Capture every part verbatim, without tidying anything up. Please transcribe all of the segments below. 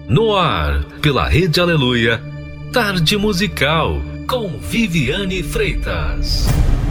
No ar, pela Rede Aleluia, Tarde Musical, com Viviane Freitas.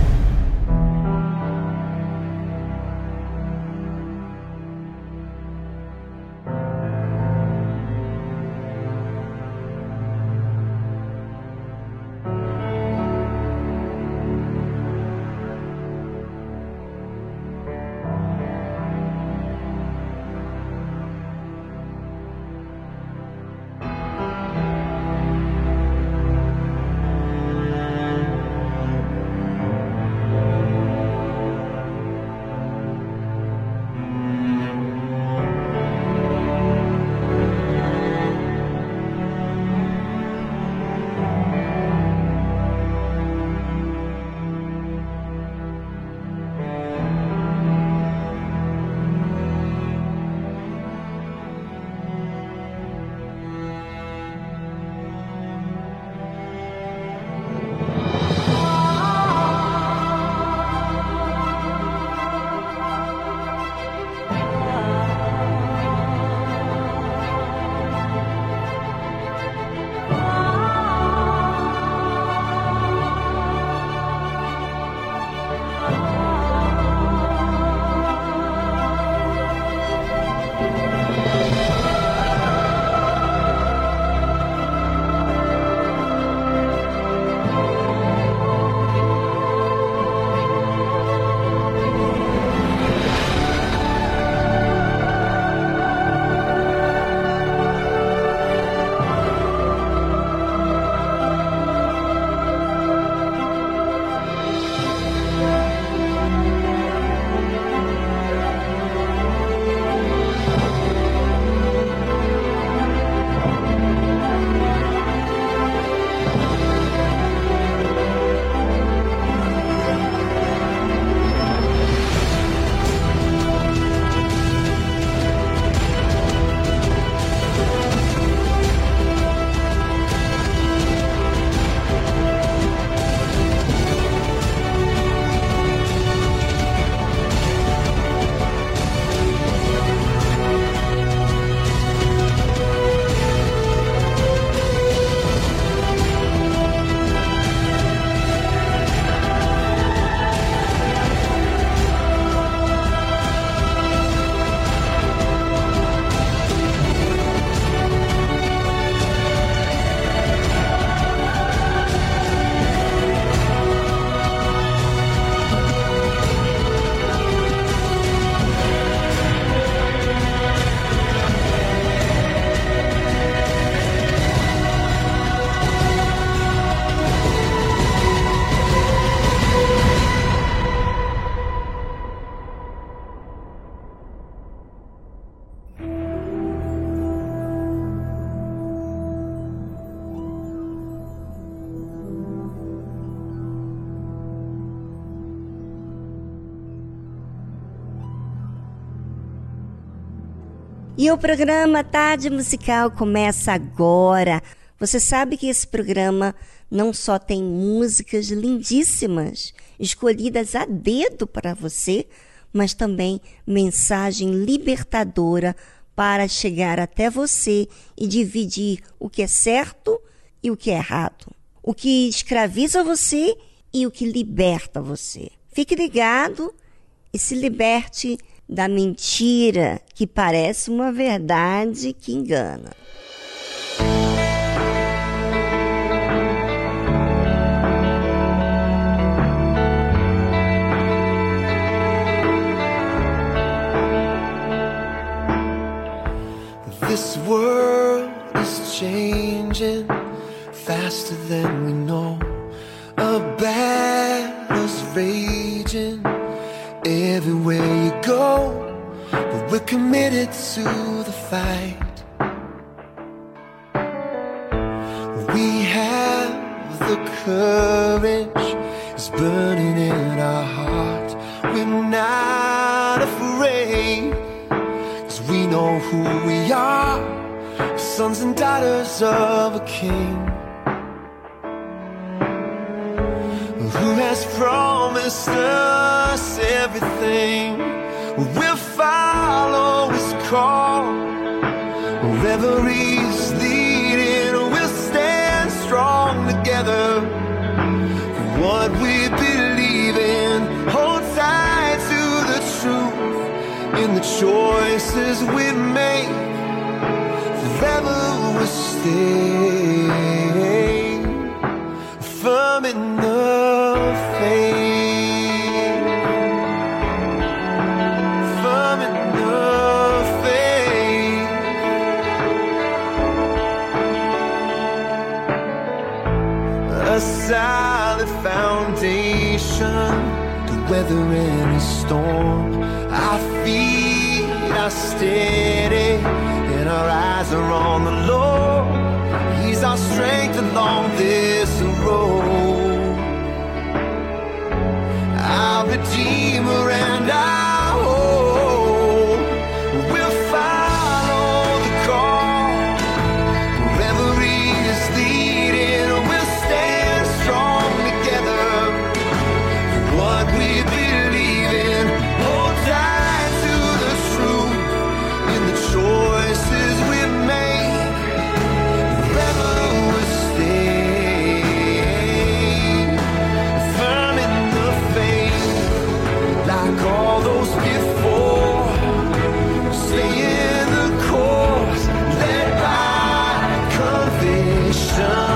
E o programa Tarde Musical começa agora. Você sabe que esse programa não só tem músicas lindíssimas, escolhidas a dedo para você, mas também mensagem libertadora para chegar até você e dividir o que é certo e o que é errado. O que escraviza você e o que liberta você. Fique ligado e se liberte da mentira que parece uma verdade que engana. This world is changing faster than we know. A battle's raging everywhere you go, but we're committed to the fight. We have the courage, it's burning in our heart. We're not afraid, 'cause we know who we are, sons and daughters of a king who has promised us everything. We'll follow his call, Wherever He's leading, we'll stand strong together. What we believe in, hold tight to the truth in the choices we make. Forever we'll stay firm in the faith, firm in the faith. A solid foundation to weather any storm. Our feet are steady and our eyes are on the Lord. He's our strength along this road, our Redeemer and our hope. We'll follow the call. Wherever He is leading, we'll stand strong together. What we believe in, hold tight to the truth in the choices we make. Forever we'll stay firm in the faith, like all those before. Stay in the course, led by conviction.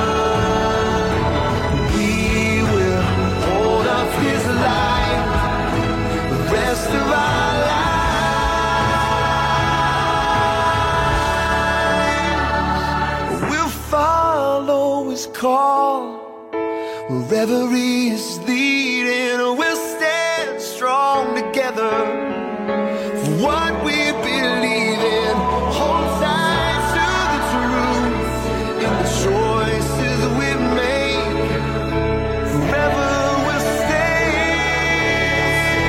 We will hold up His light the rest of our lives. We'll follow His call. Wherever He is leading, we'll stand strong together. For what we believe in, hold tight to the truth in the choices we make. Forever we'll stay.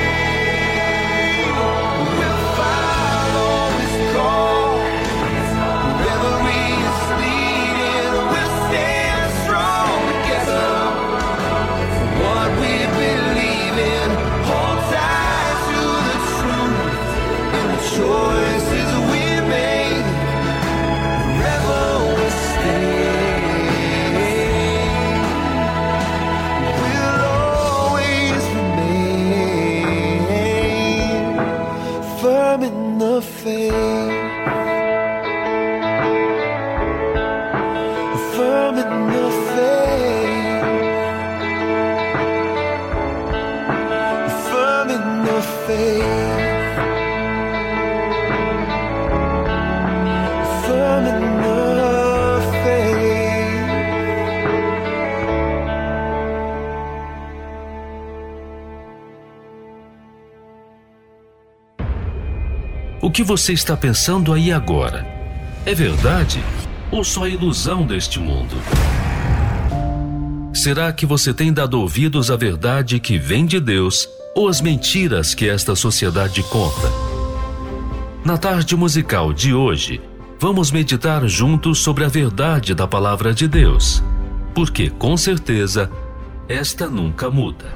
We'll follow His call. Wherever He is leading, we'll stand strong together. What we believe in, hold tight to the truth in the choices we make. Forever we'll stay. We'll always remain firm in the faith, firm in the faith, firm in the faith, firm in the faith. O que você está pensando aí agora? É verdade ou só ilusão deste mundo? Será que você tem dado ouvidos à verdade que vem de Deus ou às mentiras que esta sociedade conta? Na tarde musical de hoje, vamos meditar juntos sobre a verdade da palavra de Deus, porque com certeza esta nunca muda.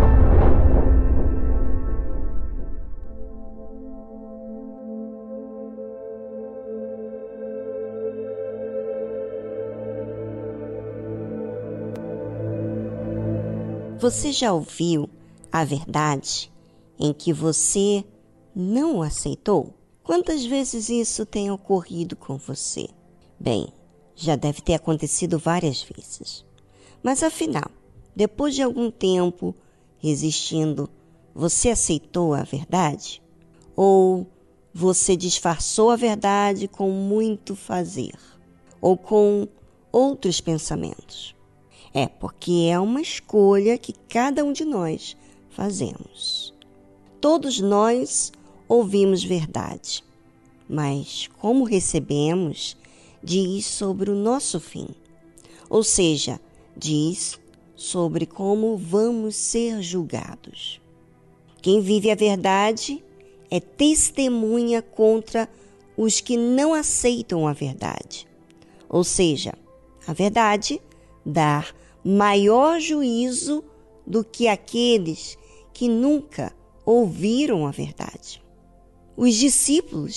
Você já ouviu a verdade em que você não aceitou? Quantas vezes isso tem ocorrido com você? Bem, já deve ter acontecido várias vezes. Mas afinal, depois de algum tempo resistindo, você aceitou a verdade? Ou você disfarçou a verdade com muito fazer? Ou com outros pensamentos? É porque é uma escolha que cada um de nós fazemos. Todos nós ouvimos verdade, mas como recebemos diz sobre o nosso fim. Ou seja, diz sobre como vamos ser julgados. Quem vive a verdade é testemunha contra os que não aceitam a verdade. Ou seja, a verdade dá maior juízo do que aqueles que nunca ouviram a verdade. Os discípulos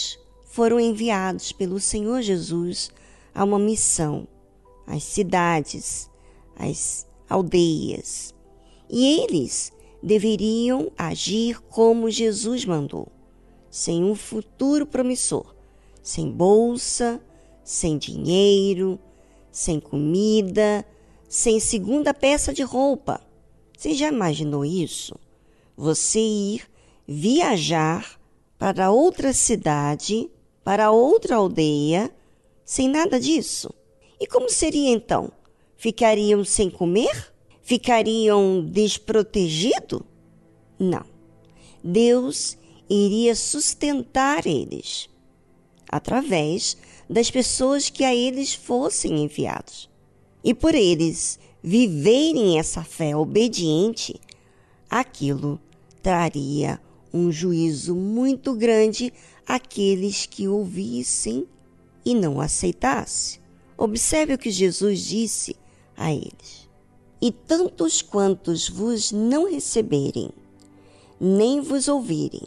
foram enviados pelo Senhor Jesus a uma missão, às cidades, às aldeias. E eles deveriam agir como Jesus mandou, sem um futuro promissor, sem bolsa, sem dinheiro, sem comida, sem segunda peça de roupa. Você já imaginou isso? Você ir viajar para outra cidade, para outra aldeia, sem nada disso? E como seria então? Ficariam sem comer? Ficariam desprotegidos? Não. Deus iria sustentar eles através das pessoas que a eles fossem enviados. E por eles viverem essa fé obediente, aquilo traria um juízo muito grande àqueles que ouvissem e não aceitassem. Observe o que Jesus disse a eles: e tantos quantos vos não receberem, nem vos ouvirem,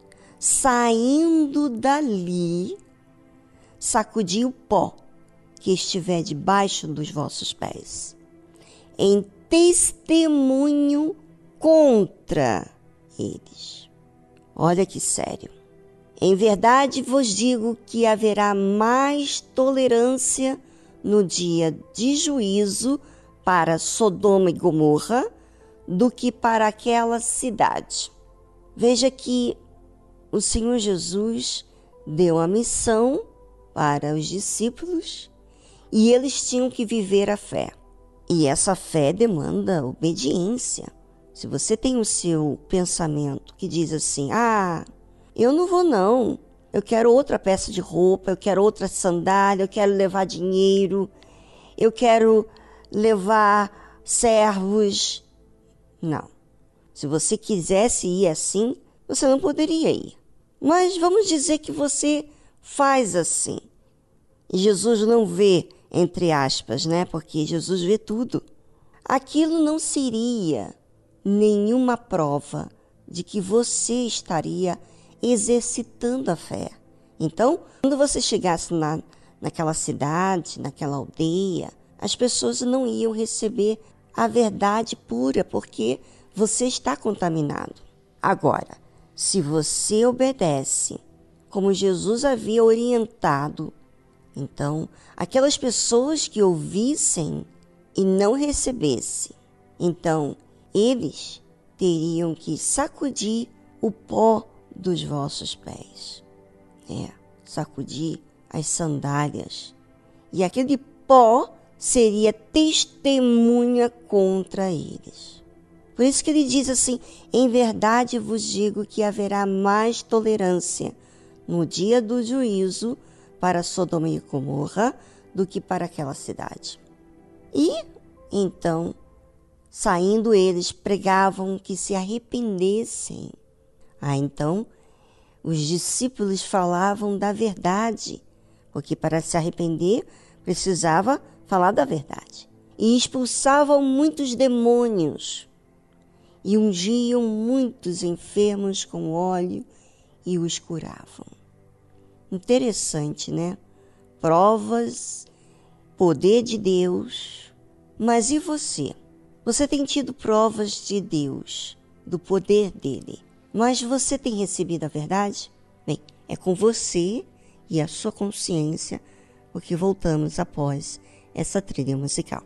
saindo dali, sacudi o pó que estiver debaixo dos vossos pés, em testemunho contra eles. Olha que sério. Em verdade vos digo que haverá mais tolerância no dia de juízo para Sodoma e Gomorra do que para aquela cidade. Veja que o Senhor Jesus deu a missão para os discípulos e eles tinham que viver a fé. E essa fé demanda obediência. Se você tem o seu pensamento que diz assim: ah, eu não vou não, eu quero outra peça de roupa, eu quero outra sandália, eu quero levar dinheiro, eu quero levar servos. Não. Se você quisesse ir assim, você não poderia ir. Mas vamos dizer que você faz assim. E Jesus não vê, entre aspas, né? Porque Jesus vê tudo. Aquilo não seria nenhuma prova de que você estaria exercitando a fé. Então, quando você chegasse na, naquela cidade, naquela aldeia, as pessoas não iam receber a verdade pura, porque você está contaminado. Agora, se você obedece como Jesus havia orientado, então, aquelas pessoas que ouvissem e não recebessem, então, eles teriam que sacudir o pó dos vossos pés. É, sacudir as sandálias. E aquele pó seria testemunha contra eles. Por isso que ele diz assim: em verdade vos digo que haverá mais tolerância no dia do juízo para Sodoma e Gomorra do que para aquela cidade. E, então, saindo eles, pregavam que se arrependessem. Ah, então, os discípulos falavam da verdade, porque para se arrepender precisava falar da verdade. E expulsavam muitos demônios e ungiam muitos enfermos com óleo e os curavam. Interessante, né? Provas, poder de Deus. Mas e você? Você tem tido provas de Deus, do poder dele, mas você tem recebido a verdade? Bem, é com você e a sua consciência, porque voltamos após essa trilha musical.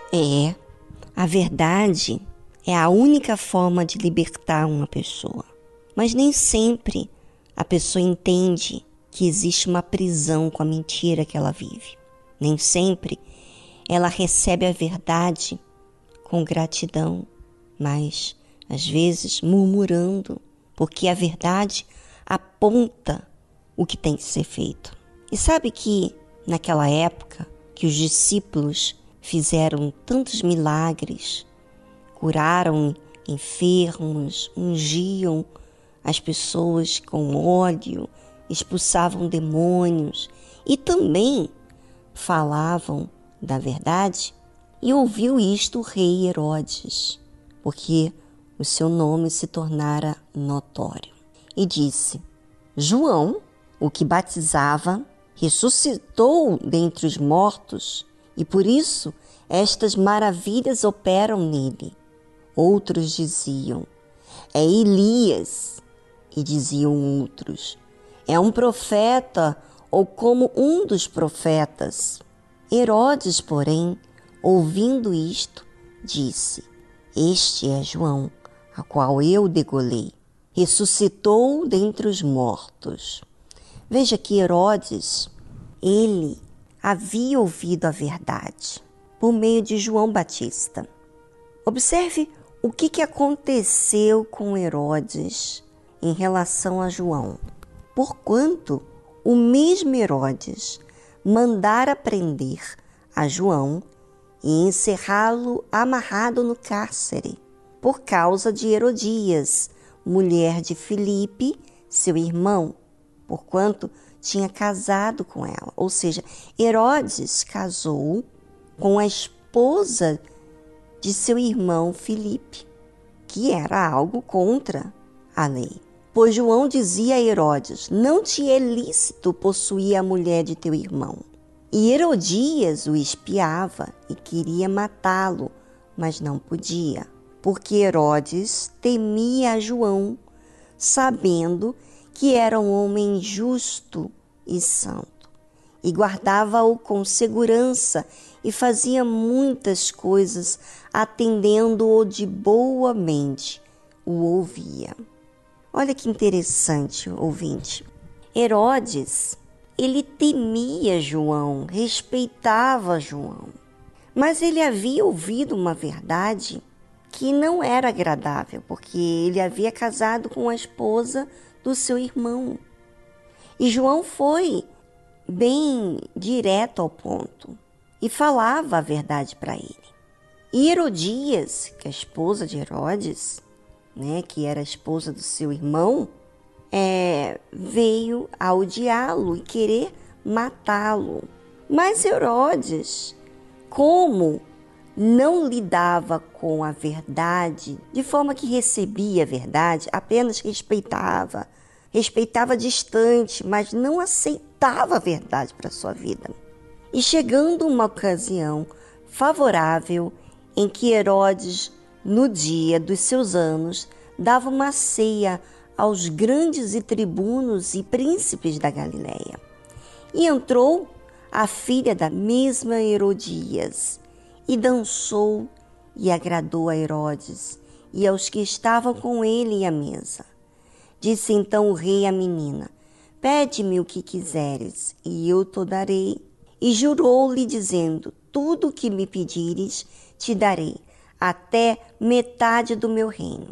É, a verdade é a única forma de libertar uma pessoa. Mas nem sempre a pessoa entende que existe uma prisão com a mentira que ela vive. Nem sempre ela recebe a verdade com gratidão, mas às vezes murmurando, porque a verdade aponta o que tem que ser feito. E sabe que naquela época que os discípulos fizeram tantos milagres, curaram enfermos, ungiam as pessoas com óleo, expulsavam demônios e também falavam da verdade, e ouviu isto o rei Herodes, porque o seu nome se tornara notório. E disse: João, o que batizava, ressuscitou dentre os mortos, e por isso estas maravilhas operam nele. Outros diziam: é Elias. E diziam outros: é um profeta, ou como um dos profetas. Herodes, porém, ouvindo isto, disse: este é João, a qual eu degolei. Ressuscitou dentre os mortos. Veja que Herodes, ele havia ouvido a verdade por meio de João Batista. Observe o que, que aconteceu com Herodes em relação a João. Porquanto o mesmo Herodes mandara prender a João e encerrá-lo amarrado no cárcere, por causa de Herodias, mulher de Filipe, seu irmão, porquanto tinha casado com ela. Ou seja, Herodes casou com a esposa de seu irmão Filipe, que era algo contra a lei. Pois João dizia a Herodes: não te é lícito possuir a mulher de teu irmão. E Herodias o espiava e queria matá-lo, mas não podia, porque Herodes temia a João, sabendo que era um homem justo e santo, e guardava-o com segurança e fazia muitas coisas, atendendo-o de boa mente, o ouvia. Olha que interessante, ouvinte. Herodes, ele temia João, respeitava João, mas ele havia ouvido uma verdade que não era agradável, porque ele havia casado com a esposa do seu irmão. E João foi bem direto ao ponto e falava a verdade para ele. E Herodias, que é a esposa de Herodes, né, que era a esposa do seu irmão, é, veio a odiá-lo e querer matá-lo. Mas Herodes, como não lidava com a verdade, de forma que recebia a verdade, apenas respeitava, respeitava distante, mas não aceitava a verdade para a sua vida. E chegando uma ocasião favorável em que Herodes, no dia dos seus anos, dava uma ceia aos grandes e tribunos e príncipes da Galileia. E entrou a filha da mesma Herodias, e dançou e agradou a Herodes e aos que estavam com ele à mesa. Disse então o rei à menina: pede-me o que quiseres, e eu te darei. E jurou-lhe, dizendo: tudo o que me pedires te darei, até metade do meu reino.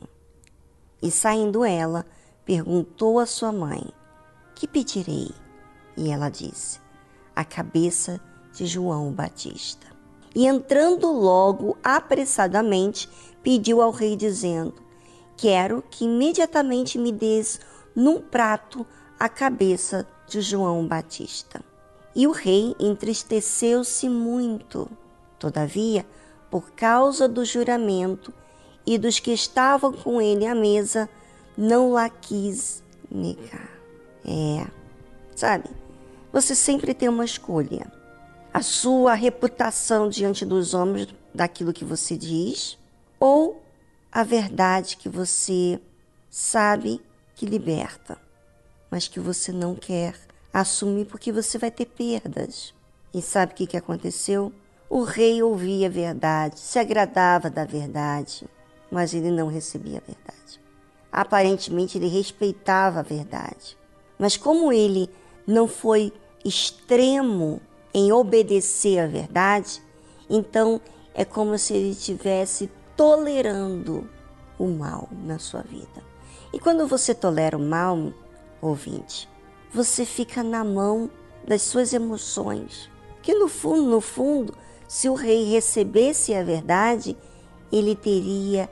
E saindo ela, perguntou a sua mãe: que pedirei? E ela disse: a cabeça de João Batista. E entrando logo apressadamente, pediu ao rei, dizendo: quero que imediatamente me des num prato a cabeça de João Batista. E o rei entristeceu-se muito. Todavia, por causa do juramento e dos que estavam com ele à mesa, não lá quis negar. É, sabe, você sempre tem uma escolha. A sua reputação diante dos homens daquilo que você diz, ou a verdade que você sabe que liberta, mas que você não quer assumir porque você vai ter perdas. E sabe o que, que aconteceu? O rei ouvia a verdade, se agradava da verdade, mas ele não recebia a verdade. Aparentemente ele respeitava a verdade, mas como ele não foi extremo em obedecer à verdade, então é como se ele estivesse tolerando o mal na sua vida. E quando você tolera o mal, ouvinte, você fica na mão das suas emoções. Que no fundo, no fundo, se o rei recebesse a verdade, ele teria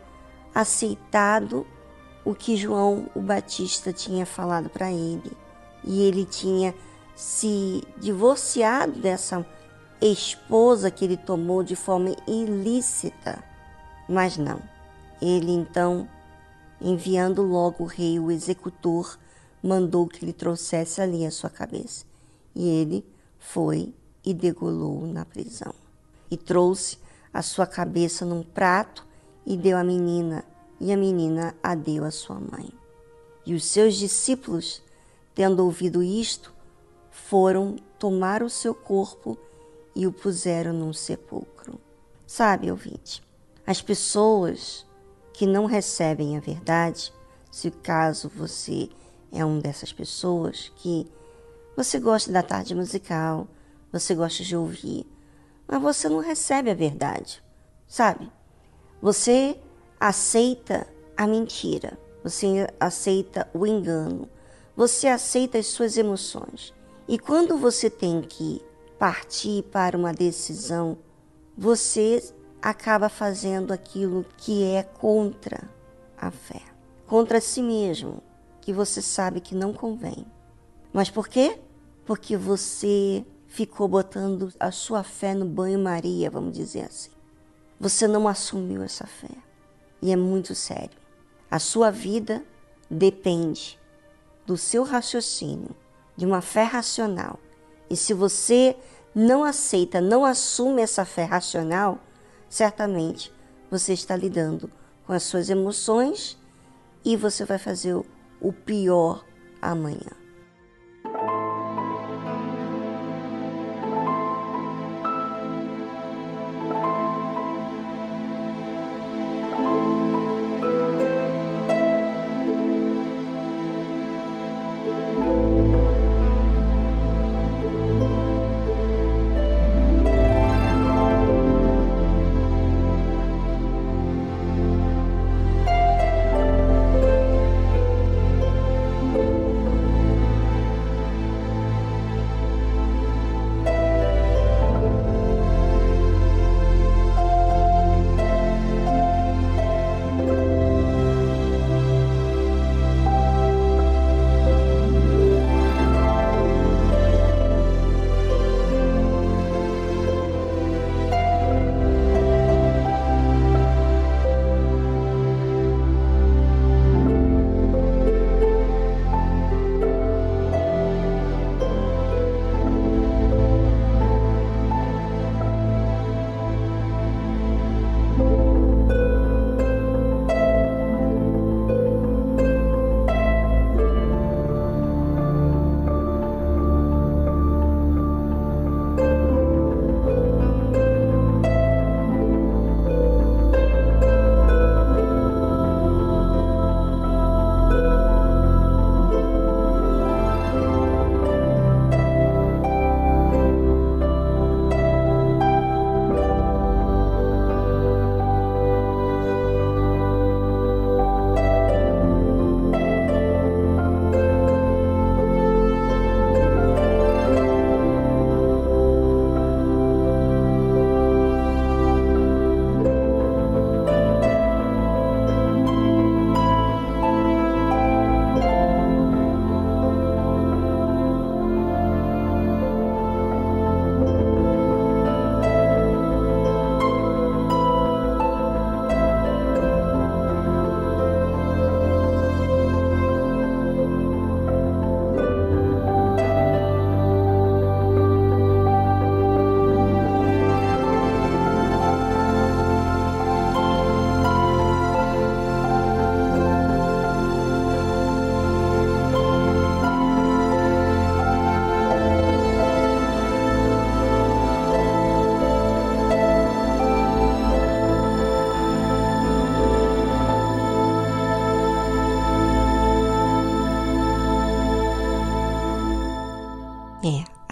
aceitado o que João o Batista tinha falado para ele. E ele tinha se divorciado dessa esposa que ele tomou de forma ilícita. Mas não. Ele então, enviando logo o rei, o executor, mandou que ele trouxesse ali a sua cabeça. E ele foi e degolou na prisão. E trouxe a sua cabeça num prato e deu à menina, e a menina a deu à sua mãe. E os seus discípulos, tendo ouvido isto, foram tomar o seu corpo e o puseram num sepulcro. Sabe, ouvinte, as pessoas que não recebem a verdade, se caso você é uma dessas pessoas que você gosta da tarde musical, você gosta de ouvir, mas você não recebe a verdade, sabe? Você aceita a mentira, você aceita o engano, você aceita as suas emoções. E quando você tem que partir para uma decisão, você acaba fazendo aquilo que é contra a fé, contra si mesmo, que você sabe que não convém. Mas por quê? Porque você ficou botando a sua fé no banho-maria, vamos dizer assim. Você não assumiu essa fé. E é muito sério. A sua vida depende do seu raciocínio, de uma fé racional. E se você não aceita, não assume essa fé racional, certamente você está lidando com as suas emoções e você vai fazer o pior amanhã.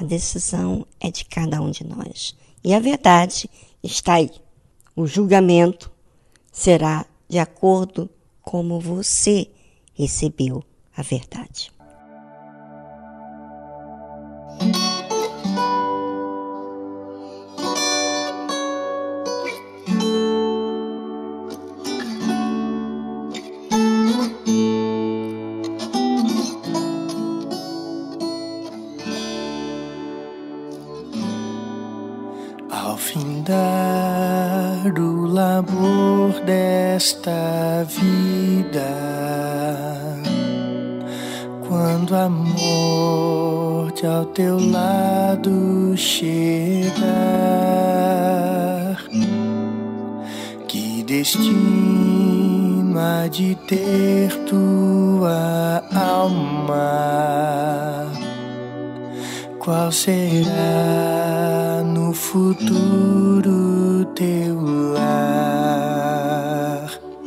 A decisão é de cada um de nós. E a verdade está aí. O julgamento será de acordo com como você recebeu a verdade. Ao findar o labor desta vida, quando a morte ao teu lado chegar, que destino há de ter tua alma? Qual será no futuro teu lar?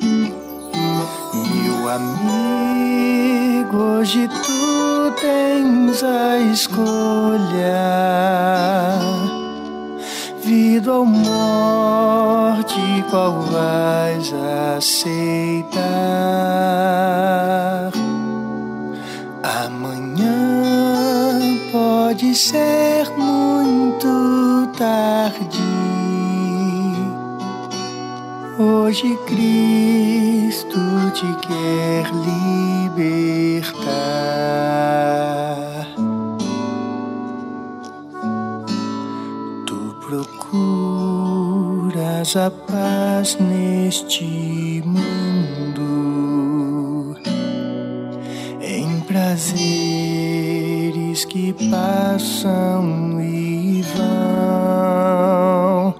Meu amigo, hoje tu tens a escolha, vida ou morte, qual vais aceitar? Amanhã pode ser muito tarde. Hoje Cristo te quer libertar. Tu procuras a paz neste mundo, em prazeres que passam e vão,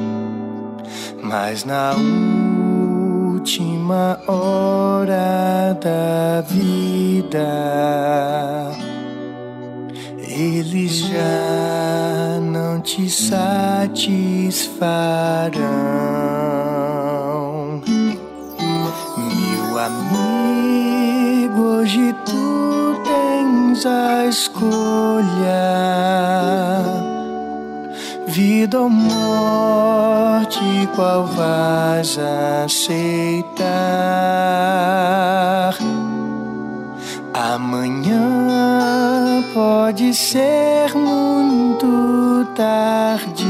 mas na última hora da vida eles já não te satisfarão. Meu amigo, hoje tu tens a escolha, vida ou morte, qual vais aceitar? Amanhã pode ser muito tarde.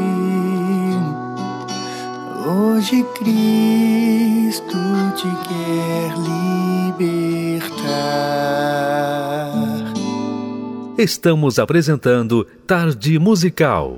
Hoje Cristo te quer libertar. Estamos apresentando Tarde Musical.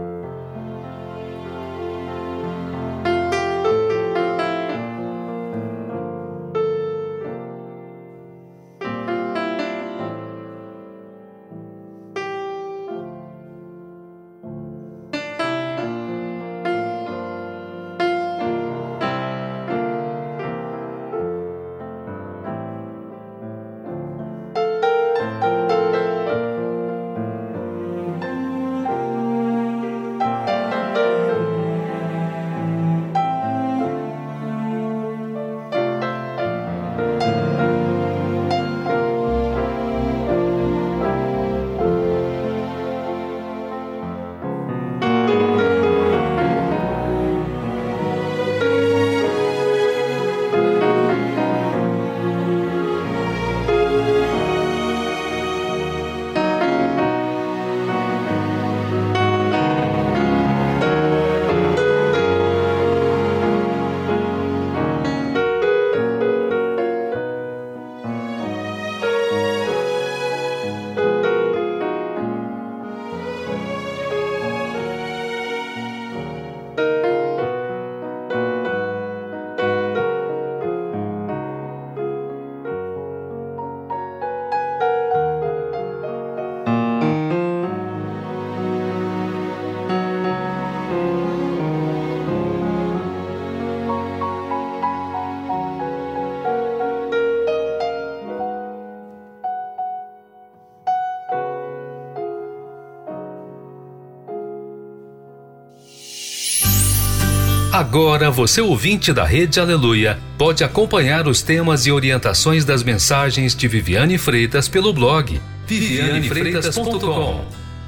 Agora você, ouvinte da Rede Aleluia, pode acompanhar os temas e orientações das mensagens de Viviane Freitas pelo blog viviane freitas ponto com.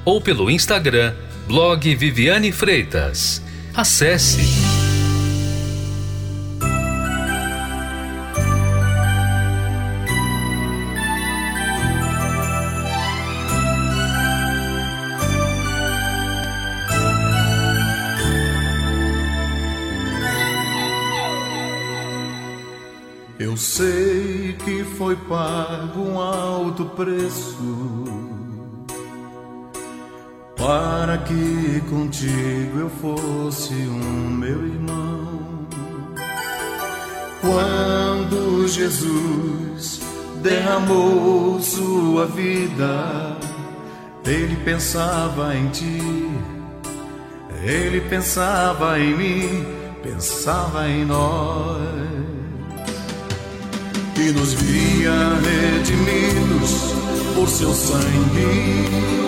ou pelo Instagram, blog Viviane Freitas. Acesse! Eu sei que foi pago um alto preço para que contigo eu fosse um meu irmão. Quando Jesus derramou sua vida, ele pensava em ti, ele pensava em mim, pensava em nós. E nos via redimidos por seu sangue,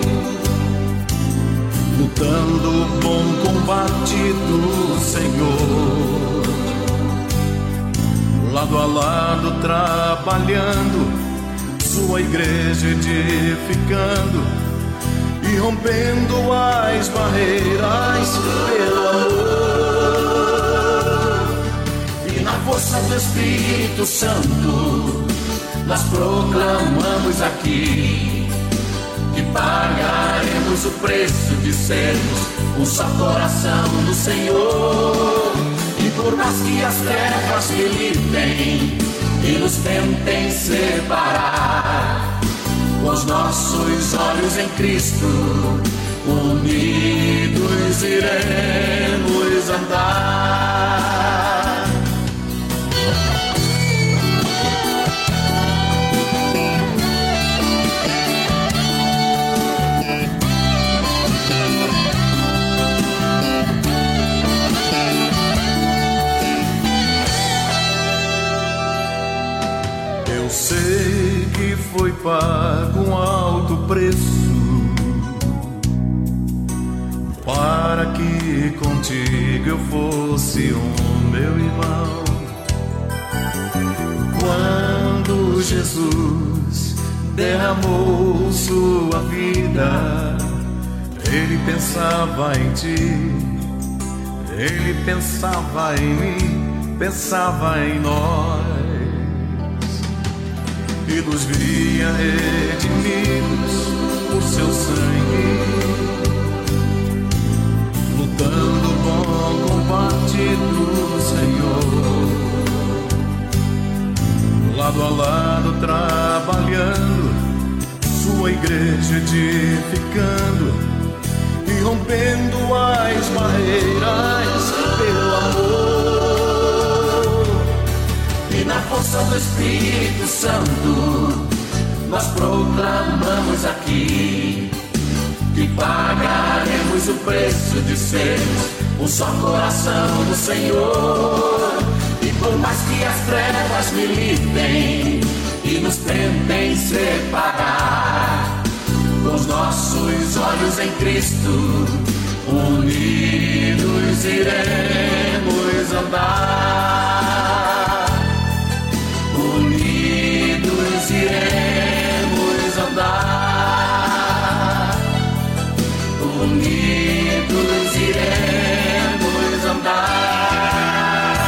lutando o bom combate do Senhor, lado a lado trabalhando, sua igreja edificando e rompendo as barreiras pelo amor. Na força do Espírito Santo, nós proclamamos aqui que pagaremos o preço de sermos um só coração do Senhor. E por mais que as trevas militem e nos tentem separar, com os nossos olhos em Cristo, unidos iremos andar. Eu sei que foi pago um alto preço para que contigo eu fosse um meu irmão. Quando Jesus derramou sua vida, ele pensava em ti, ele pensava em mim, pensava em nós. E nos via redimidos por seu sangue, lutando o bom combate do Senhor, lado a lado trabalhando, sua igreja edificando e rompendo as barreiras pelo amor. E na força do Espírito Santo, nós proclamamos aqui que pagaremos o preço de sermos um só coração do Senhor. E por mais que as trevas militem e nos tentem separar, com os nossos olhos em Cristo, unidos iremos andar. Unidos iremos andar, unidos iremos andar.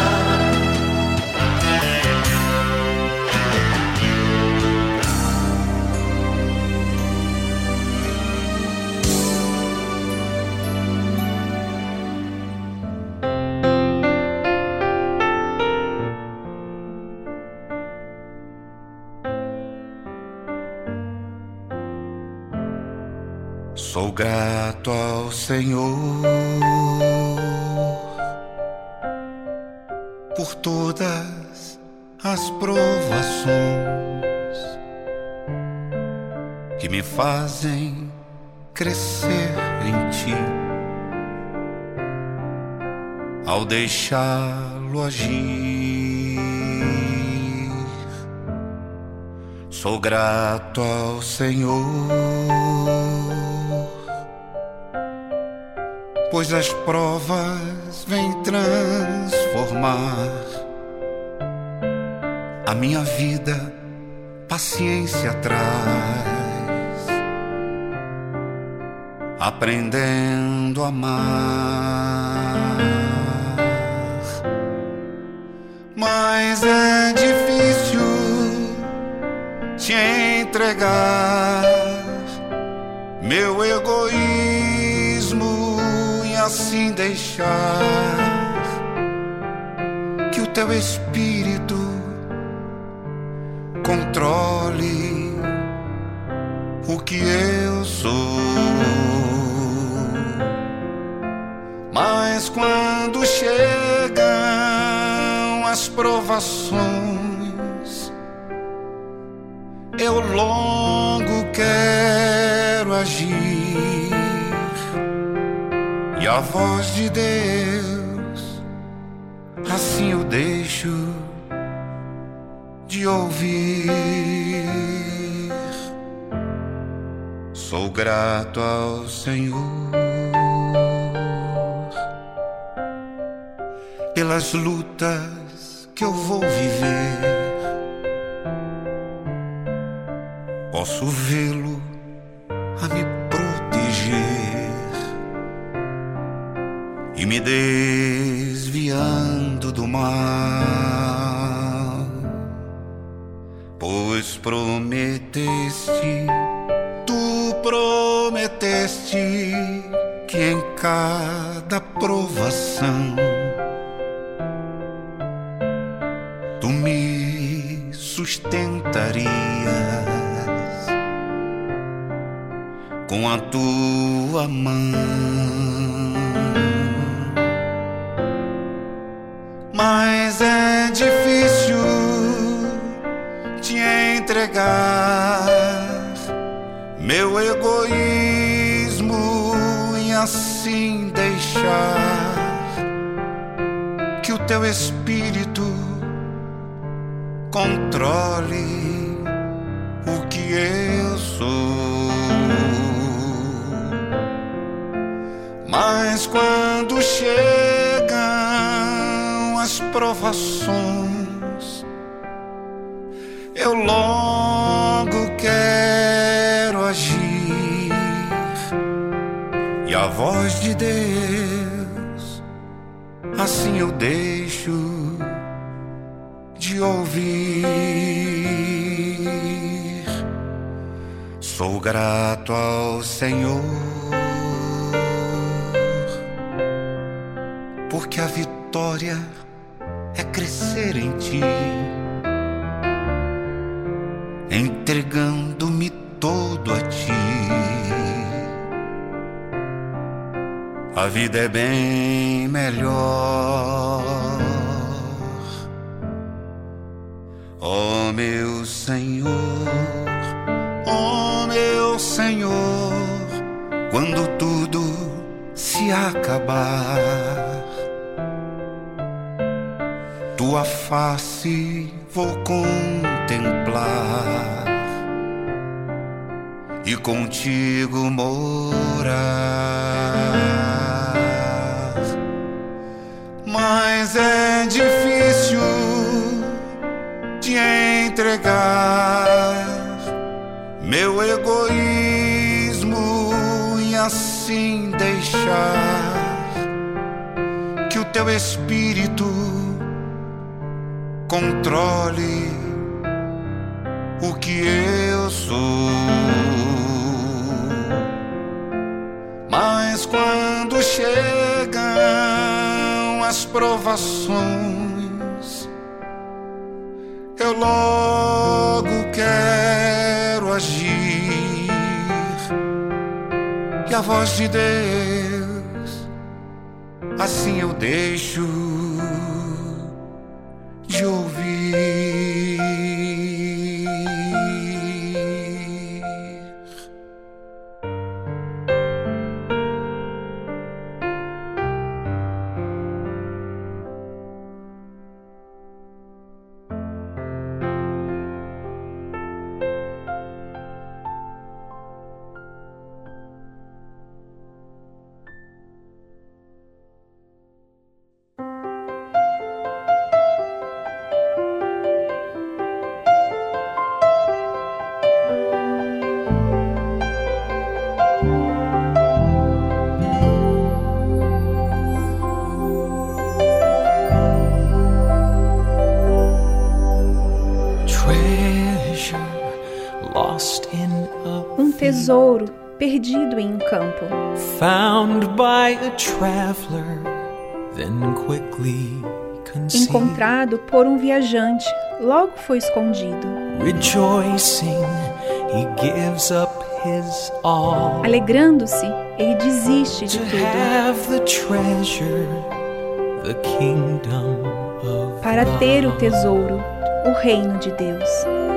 Sou grato ao Senhor por todas as provações que me fazem crescer em Ti, ao deixá-lo agir. Sou grato ao Senhor, pois as provas vêm transformar a minha vida, paciência traz. aprendendo a amar. Mas é difícil te entregar meu egoísmo e assim deixar que o teu espírito controle o que eu sou. Mas quando chegam as provações, eu logo quero agir, e a voz de Deus assim eu deixo de ouvir. Sou grato ao Senhor pelas lutas que eu vou viver. Posso vê-lo a me proteger e me desviando do mal, pois prometeste, tu prometeste que em cada provação tu me sustentarias com a tua mão. Mas é difícil te entregar meu egoísmo e assim deixar que o teu espírito controle o que eu sou. Mas quando chegam as provações, eu logo quero agir, e a voz de Deus assim eu deixo de ouvir. Sou grato ao Senhor, porque a vitória é crescer em ti, entregando-me todo a ti. A vida é bem melhor. Ó meu Senhor, ó meu Senhor, quando tudo se acabar, tua face vou contemplar e contigo morar. Mas é difícil te entregar meu egoísmo e assim deixar que o teu espírito controle o que eu sou. Mas quando chegam as provações, eu logo quero agir, e a voz de Deus assim eu deixo de ouvir. tesouro perdido em um campo. Found by a traveler, then quickly concealed. Encontrado por um viajante, logo foi escondido. Rejoicing, he gives up his all. Alegrando-se, ele desiste de To tudo have the treasure, the kingdom of para ter o God. tesouro, o reino de Deus.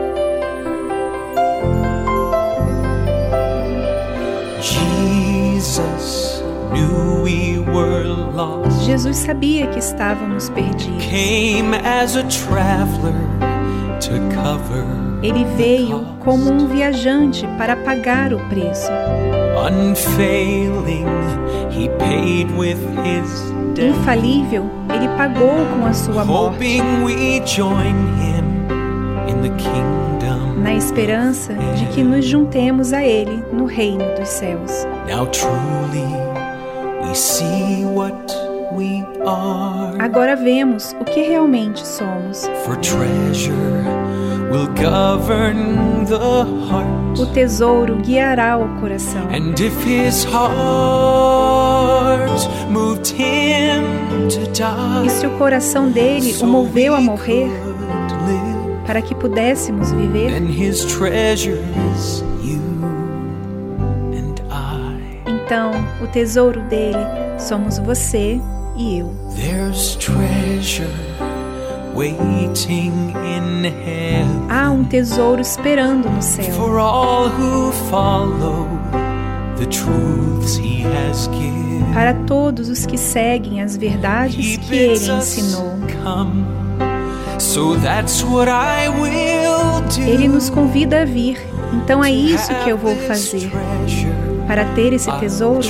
Jesus knew we were lost. Jesus sabia que estávamos perdidos. Came as a traveler to cover. Ele veio como um viajante para pagar o preço. Unfailing, he paid with his death. Infalível, ele pagou com a sua morte, Hoping we join him in the kingdom. na esperança de que nos juntemos a ele no reino dos céus. Now truly we see what we are. Agora vemos o que realmente somos. For treasure will govern the heart. O tesouro guiará o coração. And if his heart moved him to die, E se o coração dele o moveu a morrer para que pudéssemos viver, then his treasure is you and I. então o tesouro dele somos você e eu. There's treasure waiting in heaven Há um tesouro esperando no céu for all who follow the truths he has given. para todos os que seguem as verdades He que ele bids us ensinou. come, so that's what I will do. Ele nos convida a vir, então é isso que eu vou fazer. Para ter esse tesouro,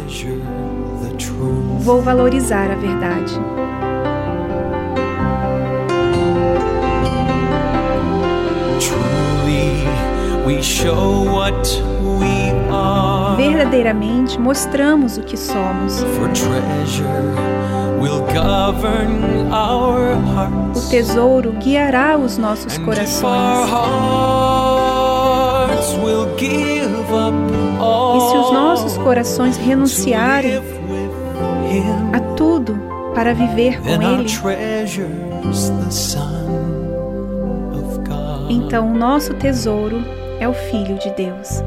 vou valorizar a verdade. Verdadeiramente mostramos o que somos. O tesouro guiará os nossos corações. E se os nossos corações renunciarem a tudo para viver com Ele, então o nosso tesouro é o Filho de Deus.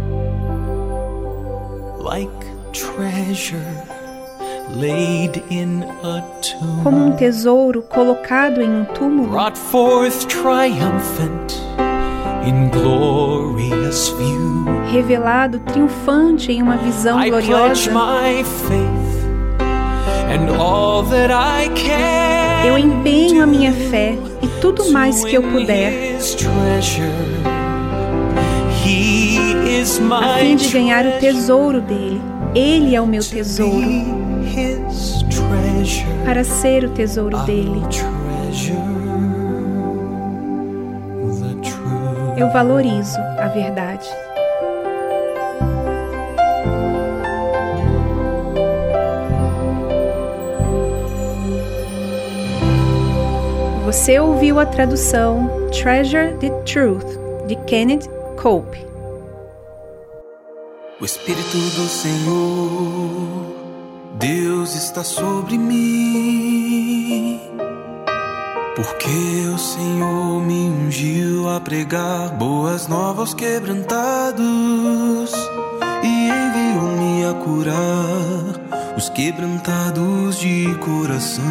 Como um tesouro colocado em um túmulo, revelado triunfante em uma visão gloriosa, eu empenho a minha fé e tudo mais que eu puder a fim de ganhar o tesouro dele. Ele é o meu tesouro, para ser o tesouro dele. Eu valorizo a verdade. Você ouviu a tradução Treasure the Truth, de Kenneth Cope. O Espírito do Senhor, Deus está sobre mim, porque o Senhor me ungiu a pregar boas novas aos quebrantados e enviou-me a curar os quebrantados de coração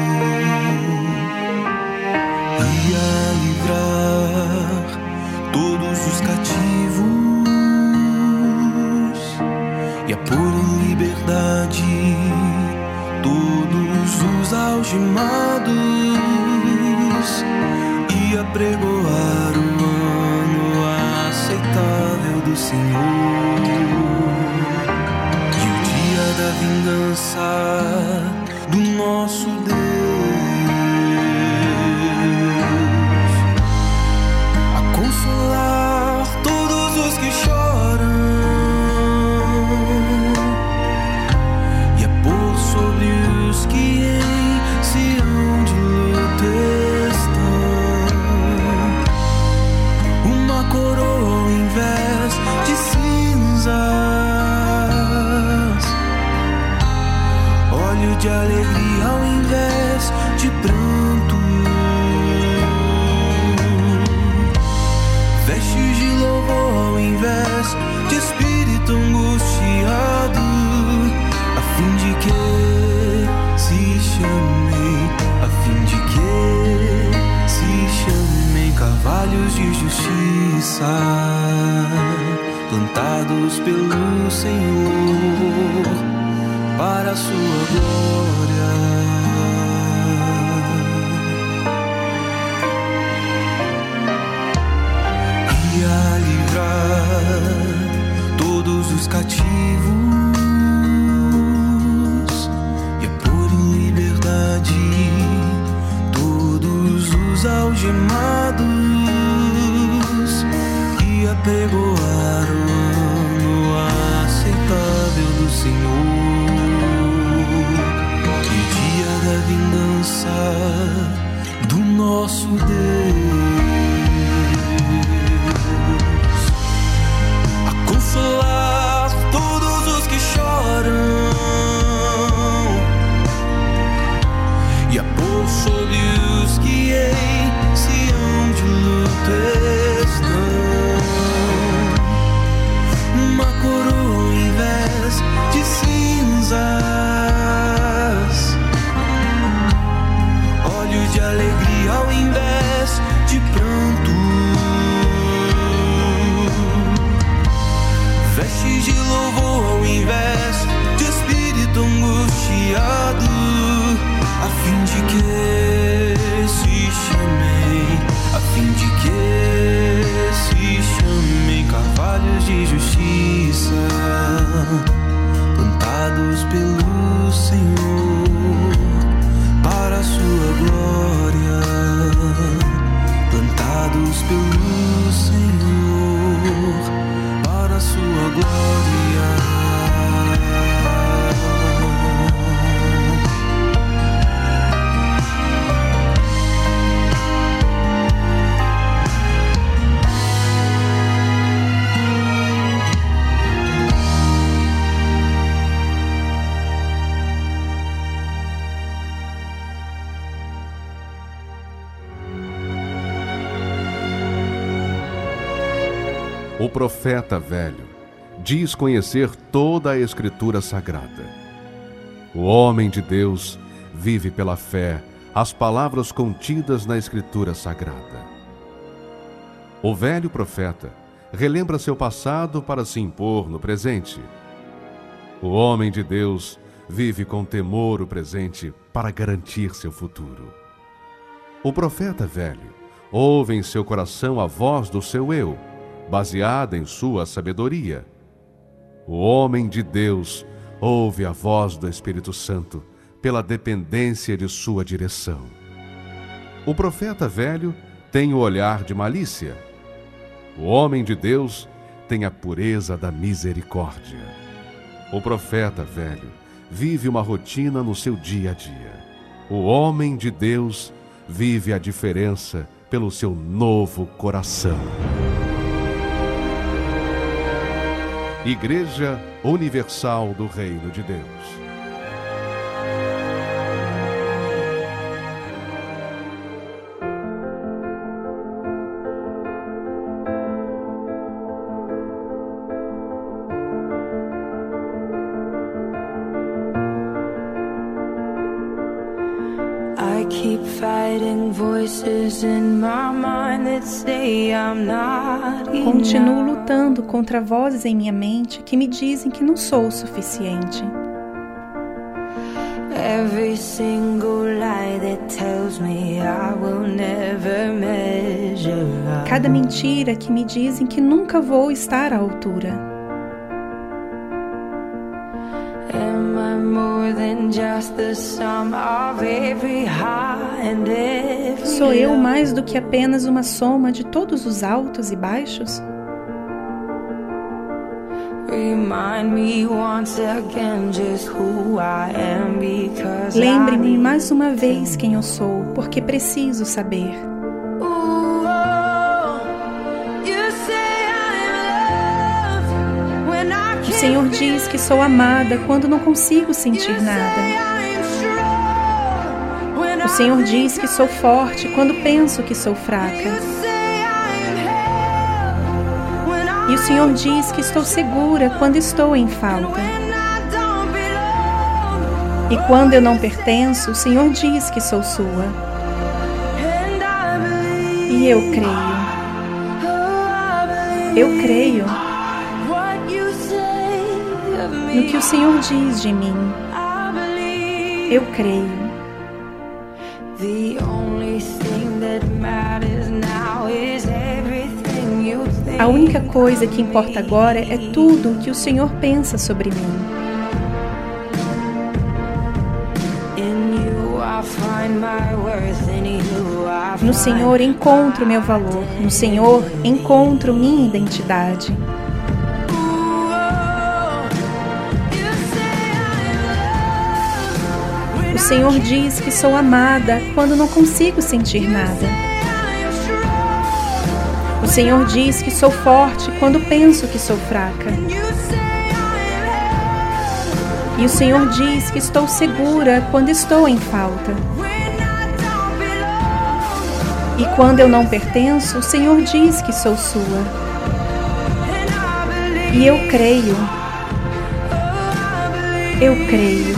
e a livrar todos os cativos e a pôr em liberdade todos os algemados e a pregoar o ano aceitável do Senhor e o dia da vingança do nosso Deus, a consolar todos os que choram e a pôr sobre os que em Sião de luto estão uma coroa ao invés de cinza de alegria ao invés de pranto, vestes de louvor ao invés de espírito angustiado, a fim de que se chamem, a fim de que se chamem carvalhos de justiça, plantados pelo Senhor para a sua glória. E a livrar todos os cativos e a pôr em liberdade todos os algemados e apregoaram no aceitável do Senhor e dia da vingança do nosso Deus, a consolar todos os que choram e a pôr sobre os que em Sião de luta estão uma coroa ao invés de cinzas, olhos de alegria ao invés de pranto, vestes de louvor ao invés de espírito angustiado, a fim de que se chamem, a fim de que se chamem carvalhos de justiça, plantados pelo Senhor para a sua glória, plantados pelo Senhor para a sua glória. O profeta velho diz conhecer toda a Escritura Sagrada. O homem de Deus vive pela fé as palavras contidas na Escritura Sagrada. O velho profeta relembra seu passado para se impor no presente. O homem de Deus vive com temor o presente para garantir seu futuro. O profeta velho ouve em seu coração a voz do seu eu, baseada em sua sabedoria. O homem de Deus ouve a voz do Espírito Santo pela dependência de sua direção. O profeta velho tem o olhar de malícia. O homem de Deus tem a pureza da misericórdia. O profeta velho vive uma rotina no seu dia a dia. O homem de Deus vive a diferença pelo seu novo coração. Igreja Universal do Reino de Deus. I keep fighting voices in my mind that say I'm not enough. Continuo lutando contra vozes em minha mente que me dizem que não sou o suficiente. Every single lie that tells me I will never measure up. Cada mentira que me dizem que nunca vou estar à altura. Am I more than just the sum of every high and every Sou eu mais do que apenas uma soma de todos os altos e baixos? Lembre-me mais uma vez quem eu sou, porque preciso saber. O Senhor diz que sou amada quando não consigo sentir nada. O Senhor diz que sou forte quando penso que sou fraca. E o Senhor diz que estou segura quando estou em falta. E quando eu não pertenço, o Senhor diz que sou sua. E eu creio. Eu creio no que o Senhor diz de mim. Eu creio. A única coisa que importa agora é tudo o que o Senhor pensa sobre mim. No Senhor encontro meu valor. No Senhor encontro minha identidade. O Senhor diz que sou amada quando não consigo sentir nada. O Senhor diz que sou forte quando penso que sou fraca. E o Senhor diz que estou segura quando estou em falta. E quando eu não pertenço, o Senhor diz que sou sua. E eu creio. Eu creio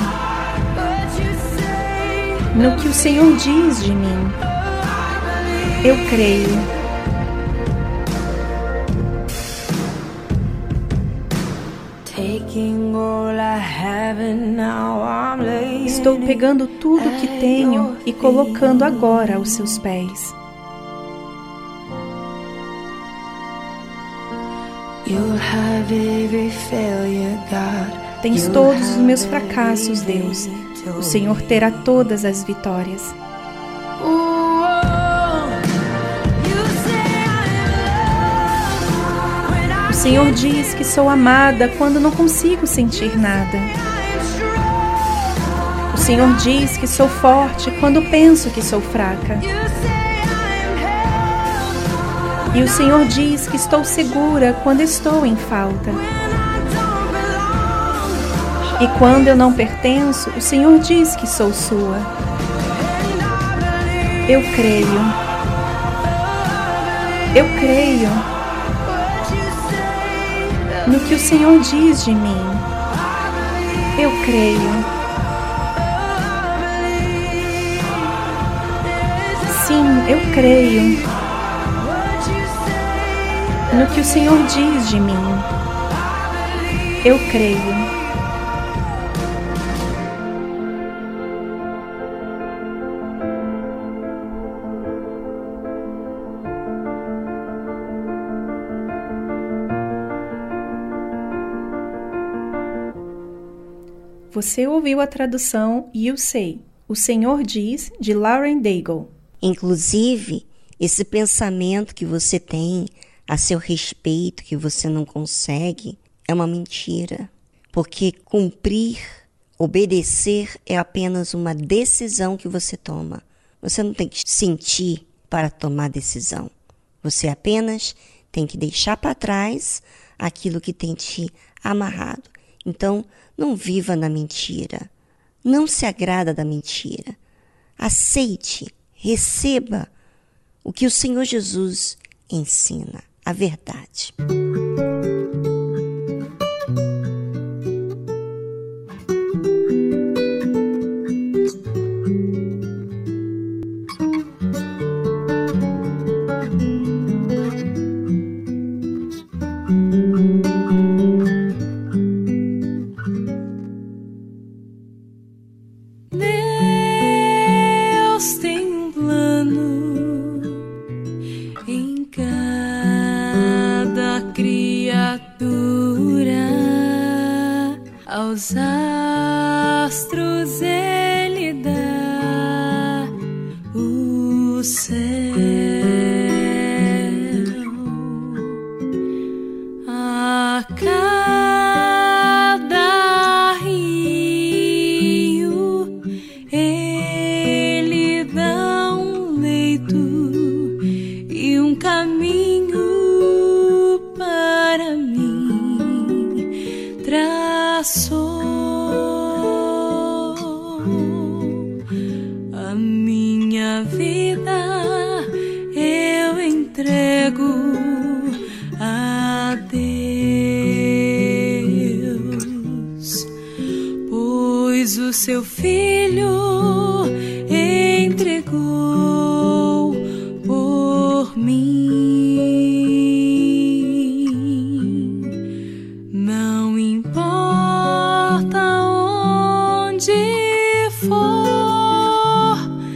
no que o Senhor diz de mim. Eu creio. Estou pegando tudo que tenho e colocando agora aos seus pés. Tens todos os meus fracassos, Deus. O Senhor terá todas as vitórias. O Senhor diz que sou amada quando não consigo sentir nada. O Senhor diz que sou forte quando penso que sou fraca. E o Senhor diz que estou segura quando estou em falta. E quando eu não pertenço, o Senhor diz que sou sua. Eu creio. Eu creio no que o Senhor diz de mim. Eu creio. Sim, eu creio no que o Senhor diz de mim. Eu creio. Você ouviu a tradução You Say, O Senhor Diz, de Lauren Daigle. Inclusive, esse pensamento que você tem a seu respeito, que você não consegue, é uma mentira. Porque cumprir, obedecer é apenas uma decisão que você toma. Você não tem que sentir para tomar decisão. Você apenas tem que deixar para trás aquilo que tem te amarrado. Então, não viva na mentira. Não se agrada da mentira. Aceite, receba o que o Senhor Jesus ensina, a verdade. Aos astros ele dá o céu, a cada rio ele dá um leito e um caminho para mim traçou. A mim pois o seu filho entregou por mim. Não importa onde for,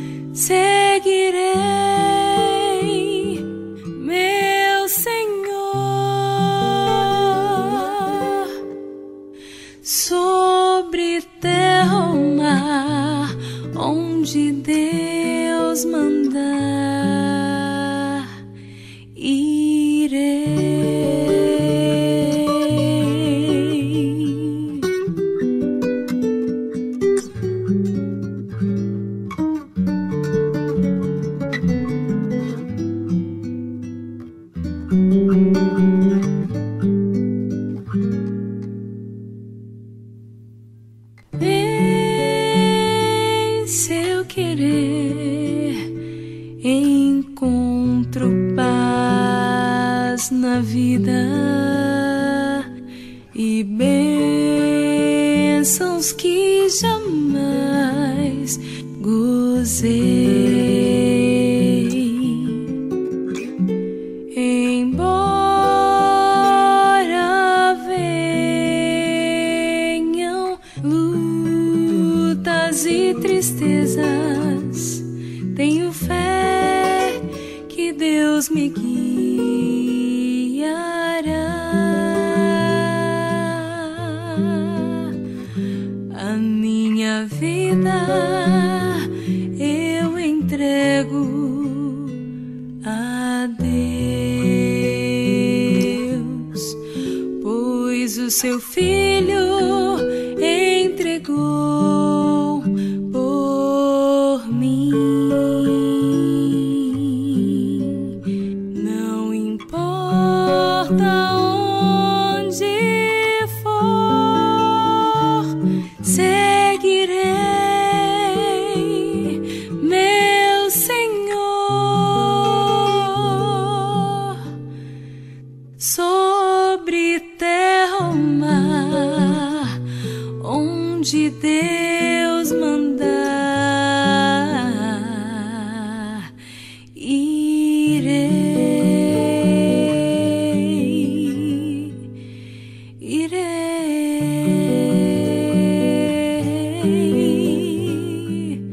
seguirei meu Senhor. Sobre terra ou mar, onde Deus mandar, irei. Em seu querer encontro paz na vida e bênçãos que jamais gozei. Embora venham lutas e tristezas, tenho fé que Deus me guiará. A minha vida eu entrego a Deus, pois o seu filho entregou por mim. Não importa onde for, seguirei meu Senhor. Sobre terra ou mar, onde Deus mandar, irei, irei.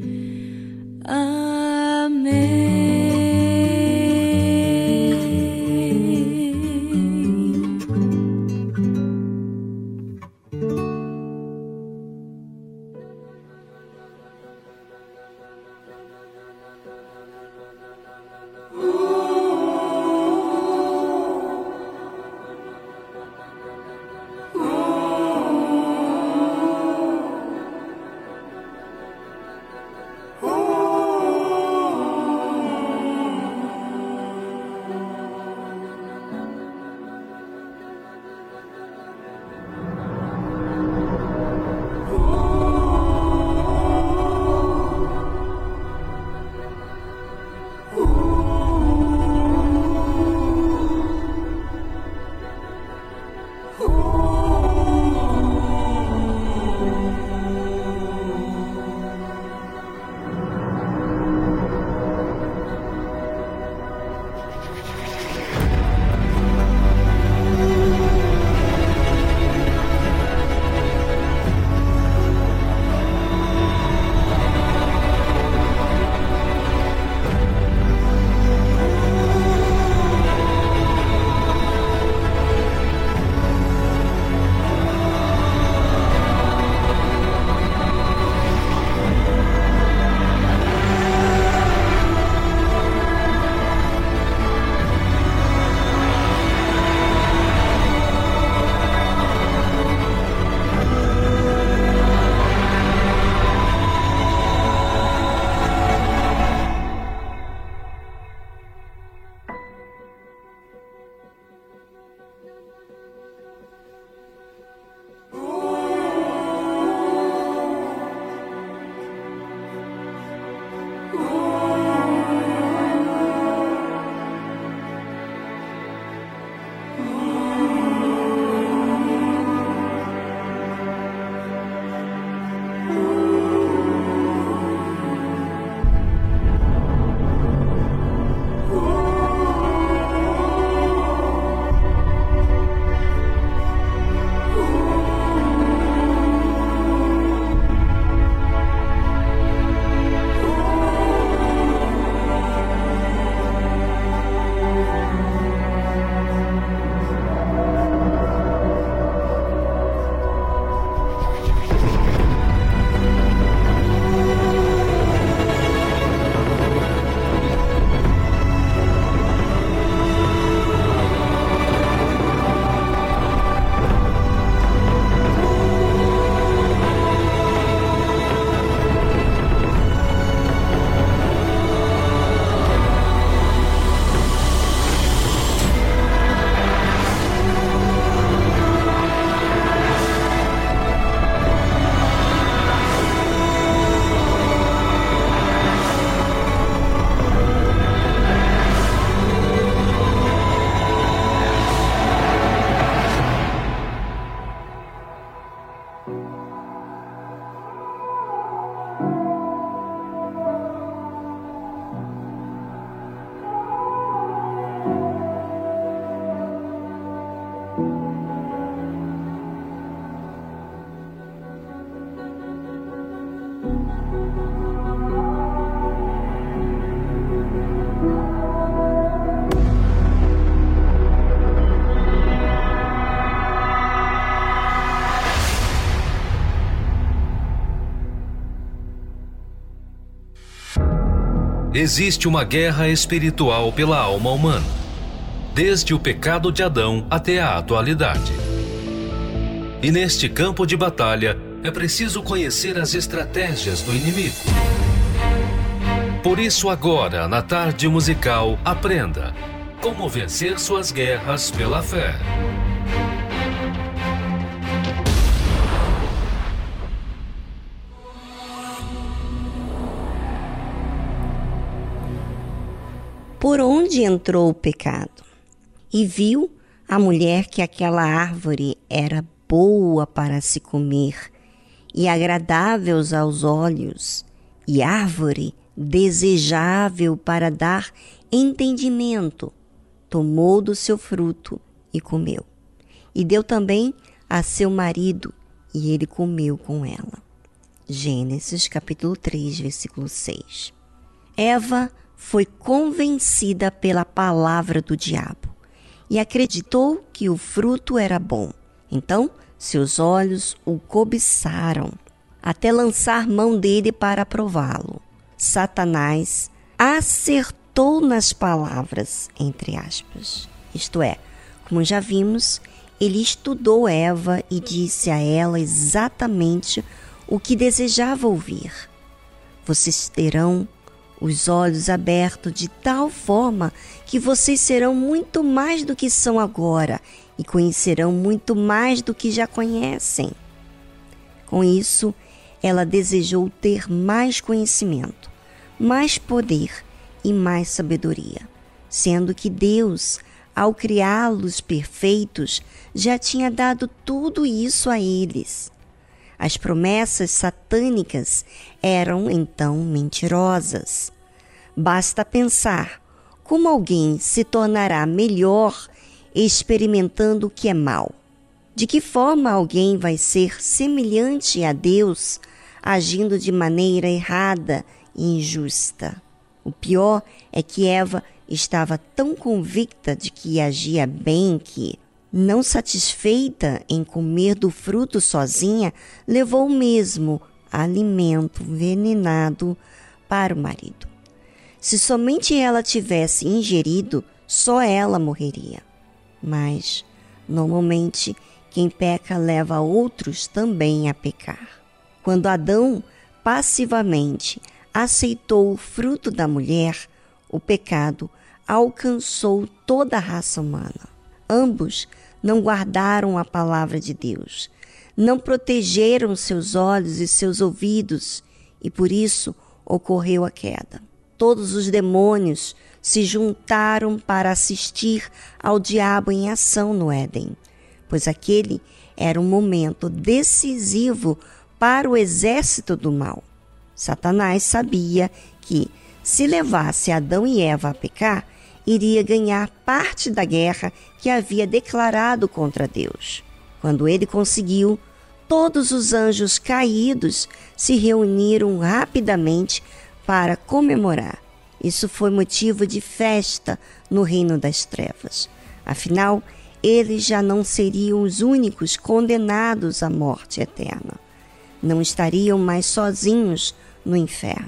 Amém. Existe uma guerra espiritual pela alma humana, desde o pecado de Adão até a atualidade. E neste campo de batalha, é preciso conhecer as estratégias do inimigo. Por isso agora, na tarde musical, aprenda como vencer suas guerras pela fé. Por onde entrou o pecado? E viu a mulher que aquela árvore era boa para se comer e agradável aos olhos, e árvore desejável para dar entendimento. Tomou do seu fruto e comeu. E deu também a seu marido, e ele comeu com ela. Gênesis capítulo três, versículo seis. Eva foi convencida pela palavra do diabo e acreditou que o fruto era bom. Então, seus olhos o cobiçaram, até lançar mão dele para prová-lo. Satanás acertou nas palavras, entre aspas. Isto é, como já vimos, ele estudou Eva e disse a ela exatamente o que desejava ouvir. Vocês terão os olhos abertos de tal forma que vocês serão muito mais do que são agora e conhecerão muito mais do que já conhecem. Com isso, ela desejou ter mais conhecimento, mais poder e mais sabedoria, sendo que Deus, ao criá-los perfeitos, já tinha dado tudo isso a eles. As promessas satânicas eram então mentirosas. Basta pensar como alguém se tornará melhor experimentando o que é mal. De que forma alguém vai ser semelhante a Deus agindo de maneira errada e injusta? O pior é que Eva estava tão convicta de que agia bem que, não satisfeita em comer do fruto sozinha, levou mesmo alimento envenenado para o marido. Se somente ela tivesse ingerido, só ela morreria. Mas, normalmente, quem peca leva outros também a pecar. Quando Adão passivamente aceitou o fruto da mulher, o pecado alcançou toda a raça humana. Ambos não guardaram a palavra de Deus, não protegeram seus olhos e seus ouvidos, e por isso ocorreu a queda. Todos os demônios se juntaram para assistir ao diabo em ação no Éden, pois aquele era um momento decisivo para o exército do mal. Satanás sabia que, se levasse Adão e Eva a pecar, iria ganhar parte da guerra que havia declarado contra Deus. Quando ele conseguiu, todos os anjos caídos se reuniram rapidamente para comemorar. Isso foi motivo de festa no reino das trevas. Afinal, eles já não seriam os únicos condenados à morte eterna. Não estariam mais sozinhos no inferno.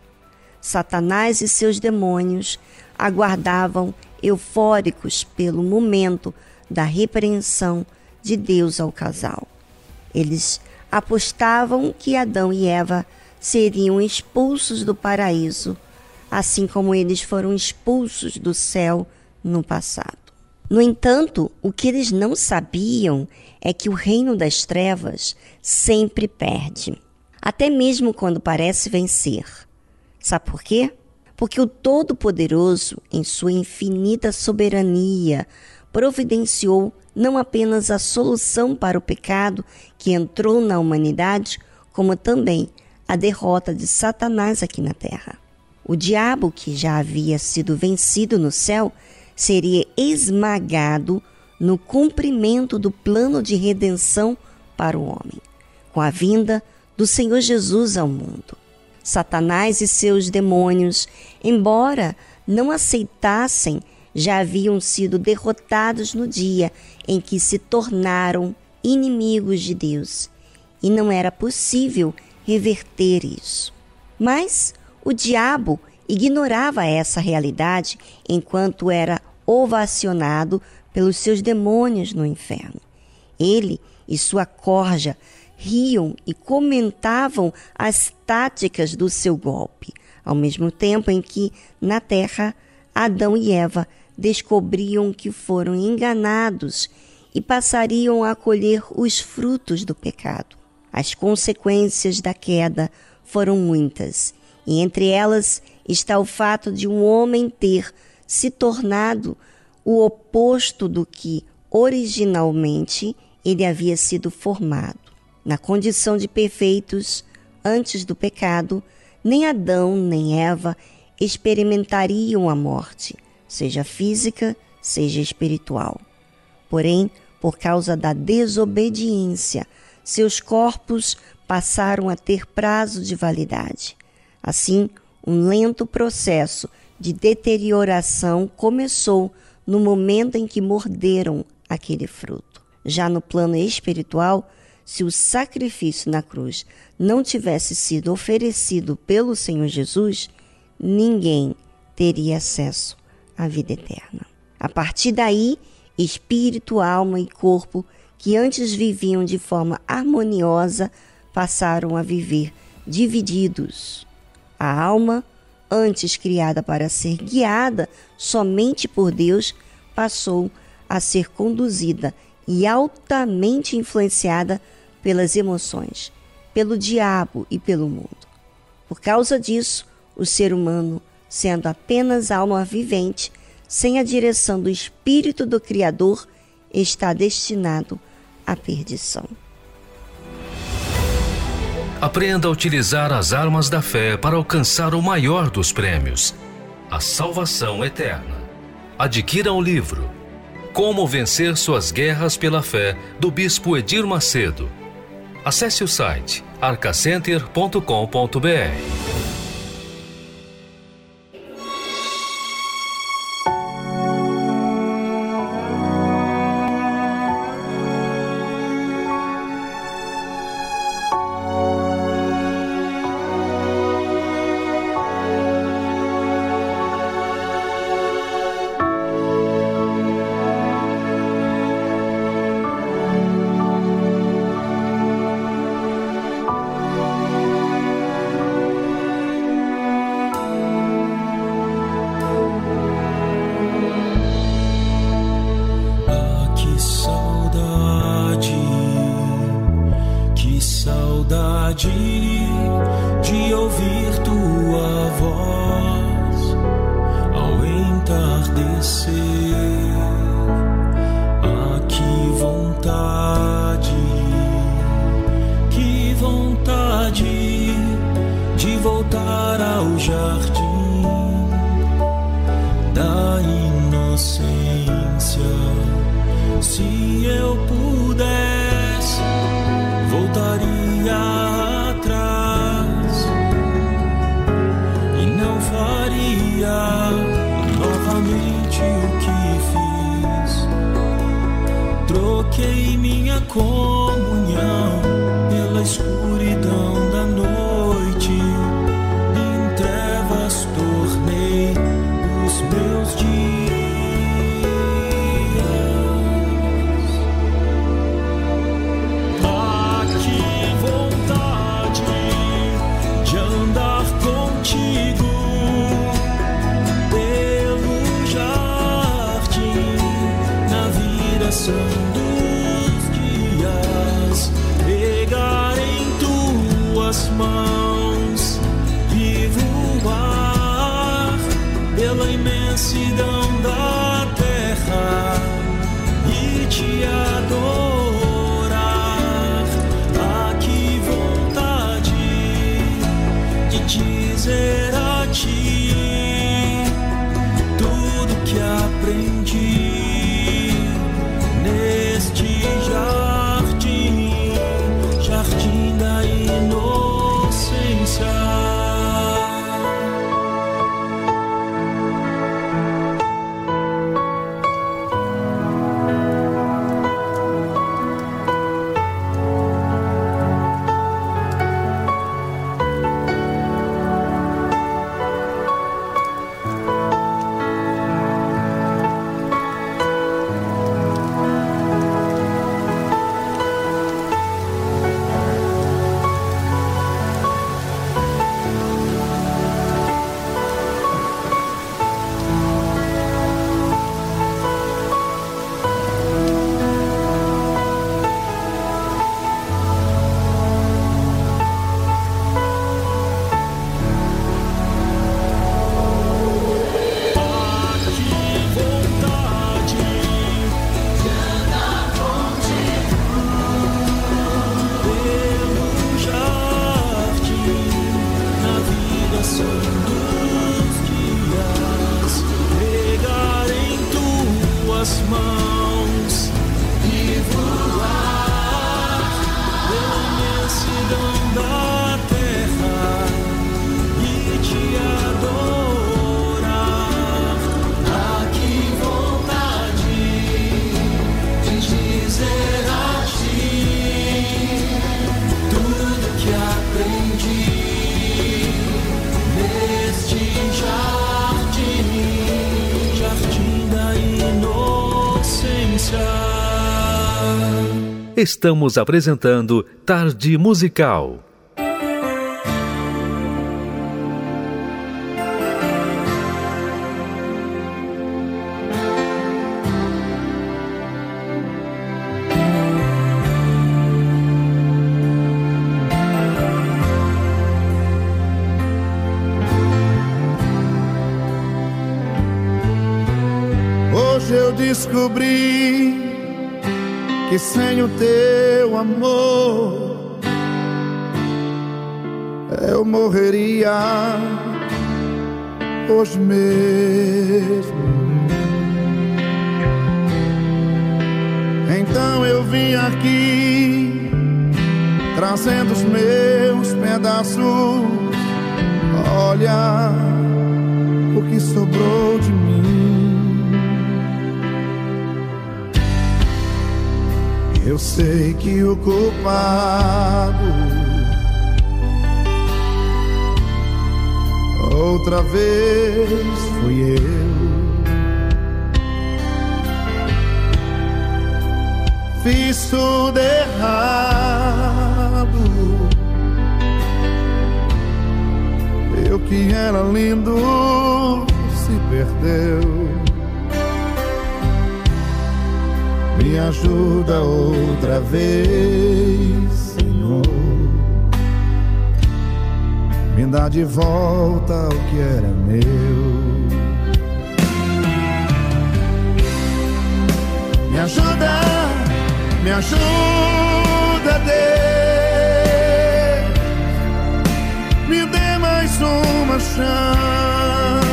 Satanás e seus demônios aguardavam eufóricos pelo momento da repreensão de Deus ao casal. Eles apostavam que Adão e Eva seriam expulsos do paraíso, assim como eles foram expulsos do céu no passado. No entanto, o que eles não sabiam é que o reino das trevas sempre perde, até mesmo quando parece vencer. Sabe por quê? Porque o Todo-Poderoso, em sua infinita soberania, providenciou não apenas a solução para o pecado que entrou na humanidade, como também a derrota de Satanás aqui na terra. O diabo, que já havia sido vencido no céu, seria esmagado no cumprimento do plano de redenção para o homem, com a vinda do Senhor Jesus ao mundo. Satanás e seus demônios, embora não aceitassem, já haviam sido derrotados no dia em que se tornaram inimigos de Deus, e não era possível reverter isso. Mas o diabo ignorava essa realidade enquanto era ovacionado pelos seus demônios no inferno. Ele e sua corja riam e comentavam as táticas do seu golpe, ao mesmo tempo em que, na terra, Adão e Eva descobriam que foram enganados e passariam a colher os frutos do pecado. As consequências da queda foram muitas, e entre elas está o fato de um homem ter se tornado o oposto do que originalmente ele havia sido formado. Na condição de perfeitos, antes do pecado, nem Adão nem Eva experimentariam a morte, seja física, seja espiritual. Porém, por causa da desobediência, seus corpos passaram a ter prazo de validade. Assim, um lento processo de deterioração começou no momento em que morderam aquele fruto. Já no plano espiritual, se o sacrifício na cruz não tivesse sido oferecido pelo Senhor Jesus, ninguém teria acesso à vida eterna. A partir daí, espírito, alma e corpo, que antes viviam de forma harmoniosa, passaram a viver divididos. A alma, antes criada para ser guiada somente por Deus, passou a ser conduzida e altamente influenciada pelas emoções, pelo diabo e pelo mundo. Por causa disso, o ser humano, sendo apenas alma vivente, sem a direção do Espírito do Criador, está destinado à perdição. Aprenda a utilizar as armas da fé para alcançar o maior dos prêmios, a salvação eterna. Adquira o livro Como Vencer Suas Guerras pela Fé, do Bispo Edir Macedo. Acesse o site arca center ponto com ponto b r. De ouvir tua voz ao entardecer. Ah, que vontade, que vontade de voltar ao jardim da inocência. Se eu pudesse, voltaria novamente o que fiz. Troquei minha comunhão pela escuridão da noite. Em trevas tornei os meus dias. Ah, que vontade de andar contigo dos dias, pegar em tuas mãos e voar pela imensidão da terra e te adorar. Ah, que vontade de dizer a ti tudo que aprendi neste jardim, jardim da inocência. Estamos apresentando Tarde Musical. Hoje eu descobri que sem o teu amor eu morreria hoje mesmo. Então eu vim aqui trazendo os meus pedaços. Olha o que sobrou de mim. Eu sei que o culpado outra vez fui eu. Fiz tudo errado. Eu que era lindo se perdeu. Me ajuda outra vez, Senhor. Me dá de volta o que era meu. Me ajuda, me ajuda, Deus. Me dê mais uma chance.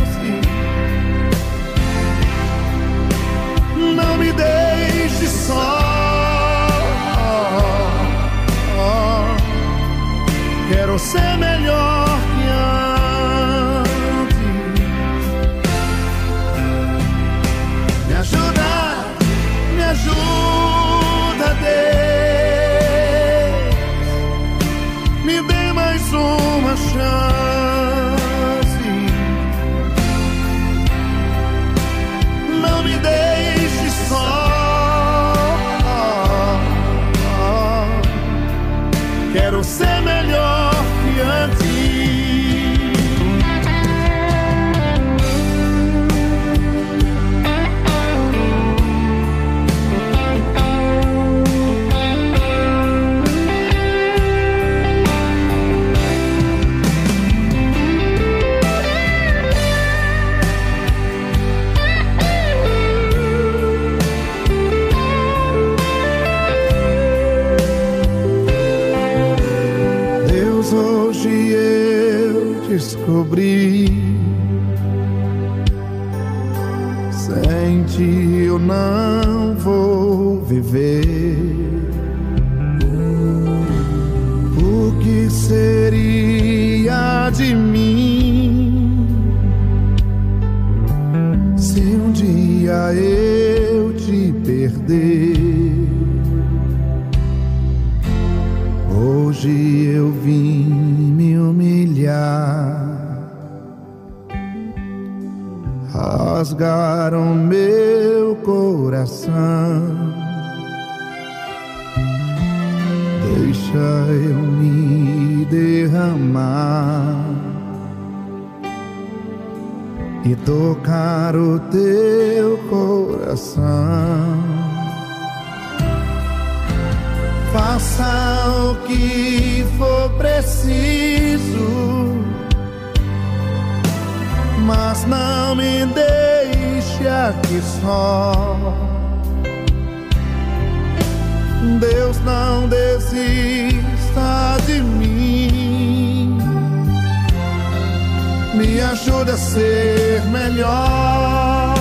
Não me deixe só. Quero ser melhor que antes. Me ajuda, me ajuda, Deus. Me dê mais uma chance. Não me deixe só. Quero ser melhor que antes. Descobri, sem ti eu não vou viver. O que seria de mim se um dia eu te perder? Hoje eu vim me humilhar. Rasgaram meu coração. Deixa eu me derramar e tocar o teu coração. Faça o que for preciso, mas não me deixe aqui só. Deus, não desista de mim. Me ajuda a ser melhor.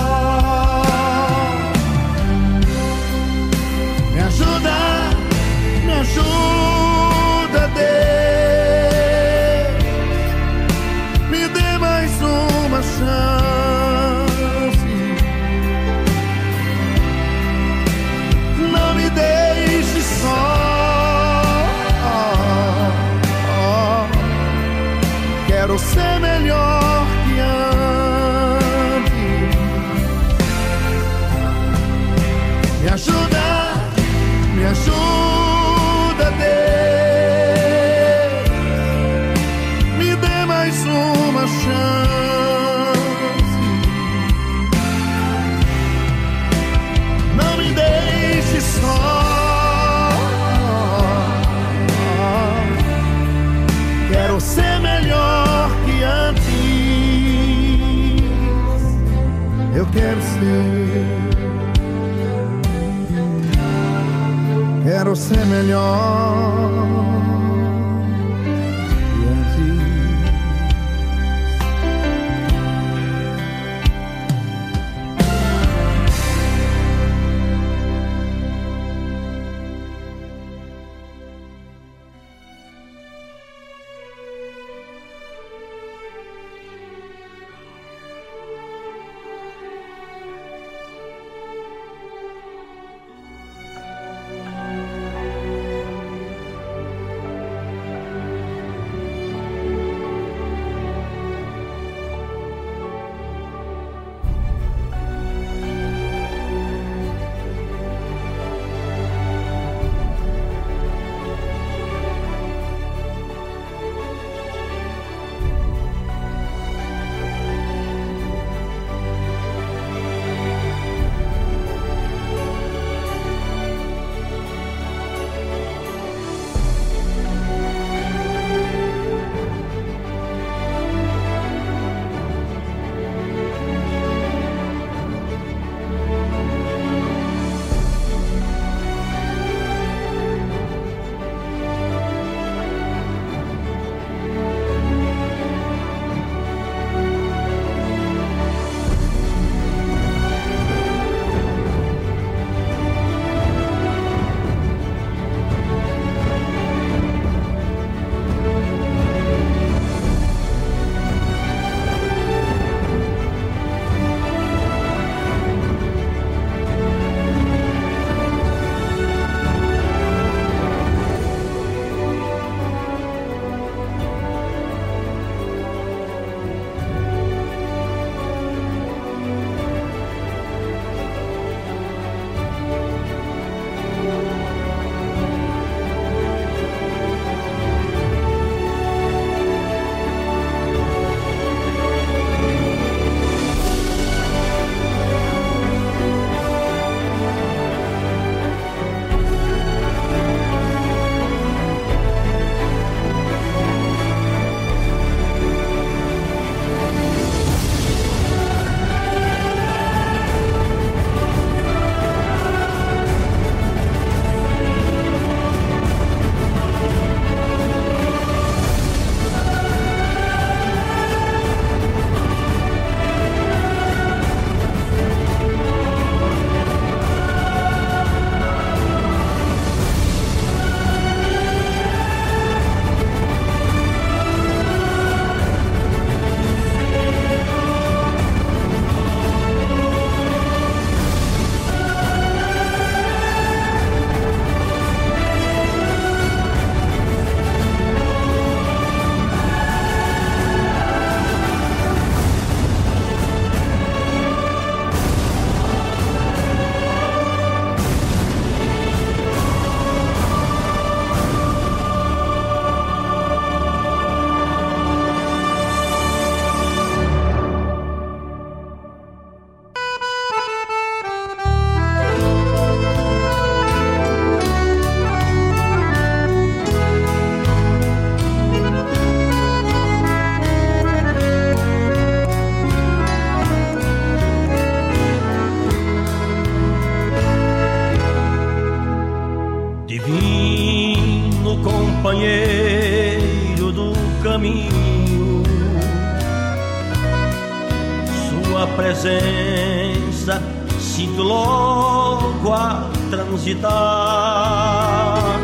Me ajuda, me ajuda, Deus. Me dê mais uma chance. Não me deixe só. Quero ser melhor que antes. Me ajuda, me ajuda. Quero ser melhor que antes. Eu quero ser. Quero ser melhor que antes. companheiro do caminho, sua presença sinto logo a transitar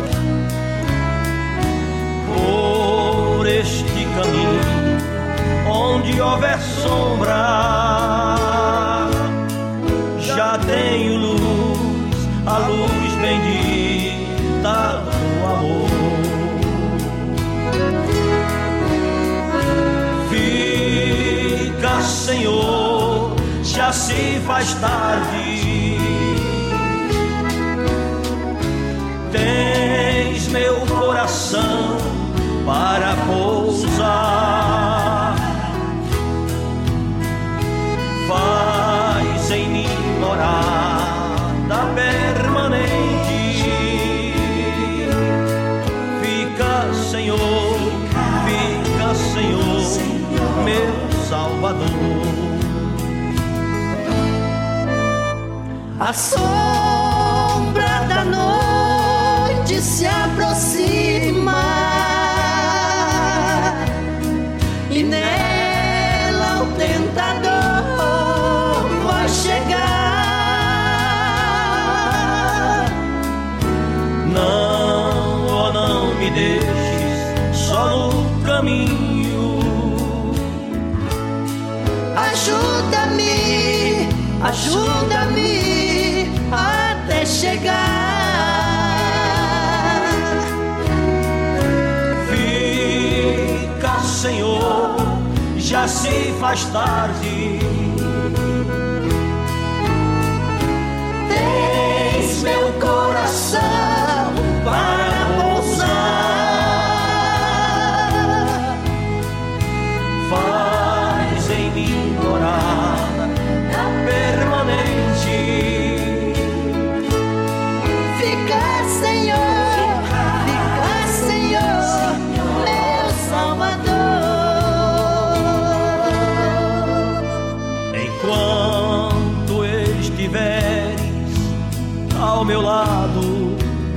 por este caminho onde houver sombra, já tenho luz, a luz bendita do amor. Fica, Senhor, já se faz tarde, tens meu coração para pousar, faz em mim morada permanente. Fica, Senhor, Senhor, meu Salvador. A sombra da noite se aproxima e nela o tentador vai chegar. Não, oh, não me deixes só no caminho. Ajuda-me, ajuda-me até chegar. Fica, Senhor, já se faz tarde. Tens meu coração para pousar. Faz em mim morada permanente. Fica, Senhor, fica, Senhor, meu Salvador. Enquanto estiveres ao meu lado,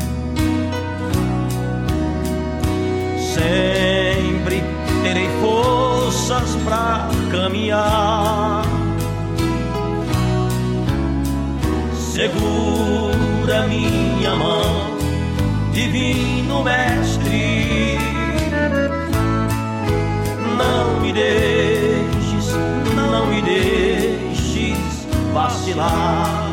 sempre terei forças pra caminhar. Segura minha mão, divino mestre. Não me deixes, não me deixes vacilar.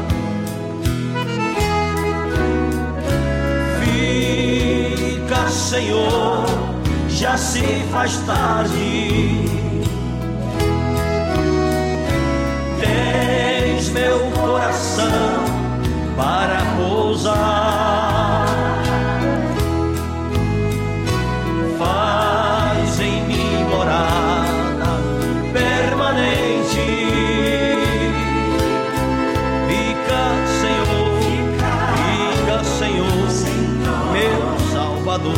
Fica, Senhor, já se faz tarde. Tens meu coração para pousar. Faz em mim morada permanente. Fica, Senhor, fica, Senhor, meu Salvador.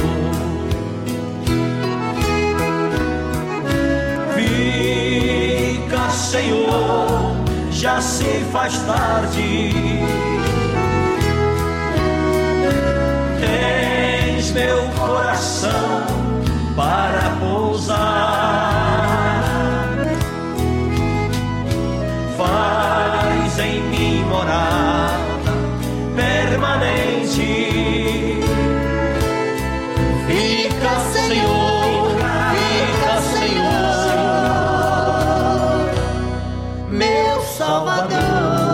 Fica, Senhor, já se faz tarde. Tens meu coração para pousar. Faz em mim morada permanente. Fica, Senhor, fica, Senhor, meu Salvador.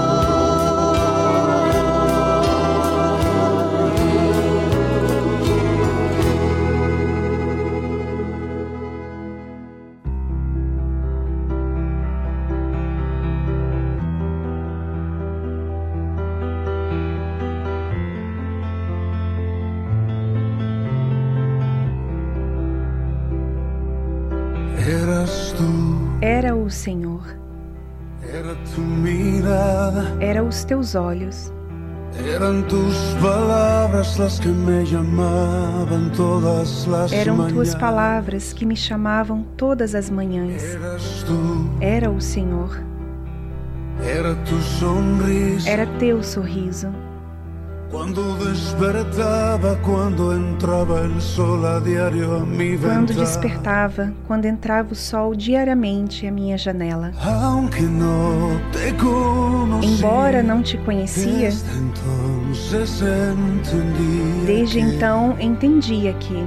Eras tú, Era o Senhor, era tu mirada, era os teus olhos, eran tus palabras las que me llamaban todas las eram tuas mañanas. palavras que me chamavam todas as manhãs. Eras tú, Era o Senhor, era tu sonrisa, era teu sorriso. cuando despertaba, cuando entraba el sol a diario a mi Quando ventana. despertava, quando entrava o sol diariamente à minha janela. Aunque no te conocí, Embora não te conhecia, desde entonces entendí desde que então entendia que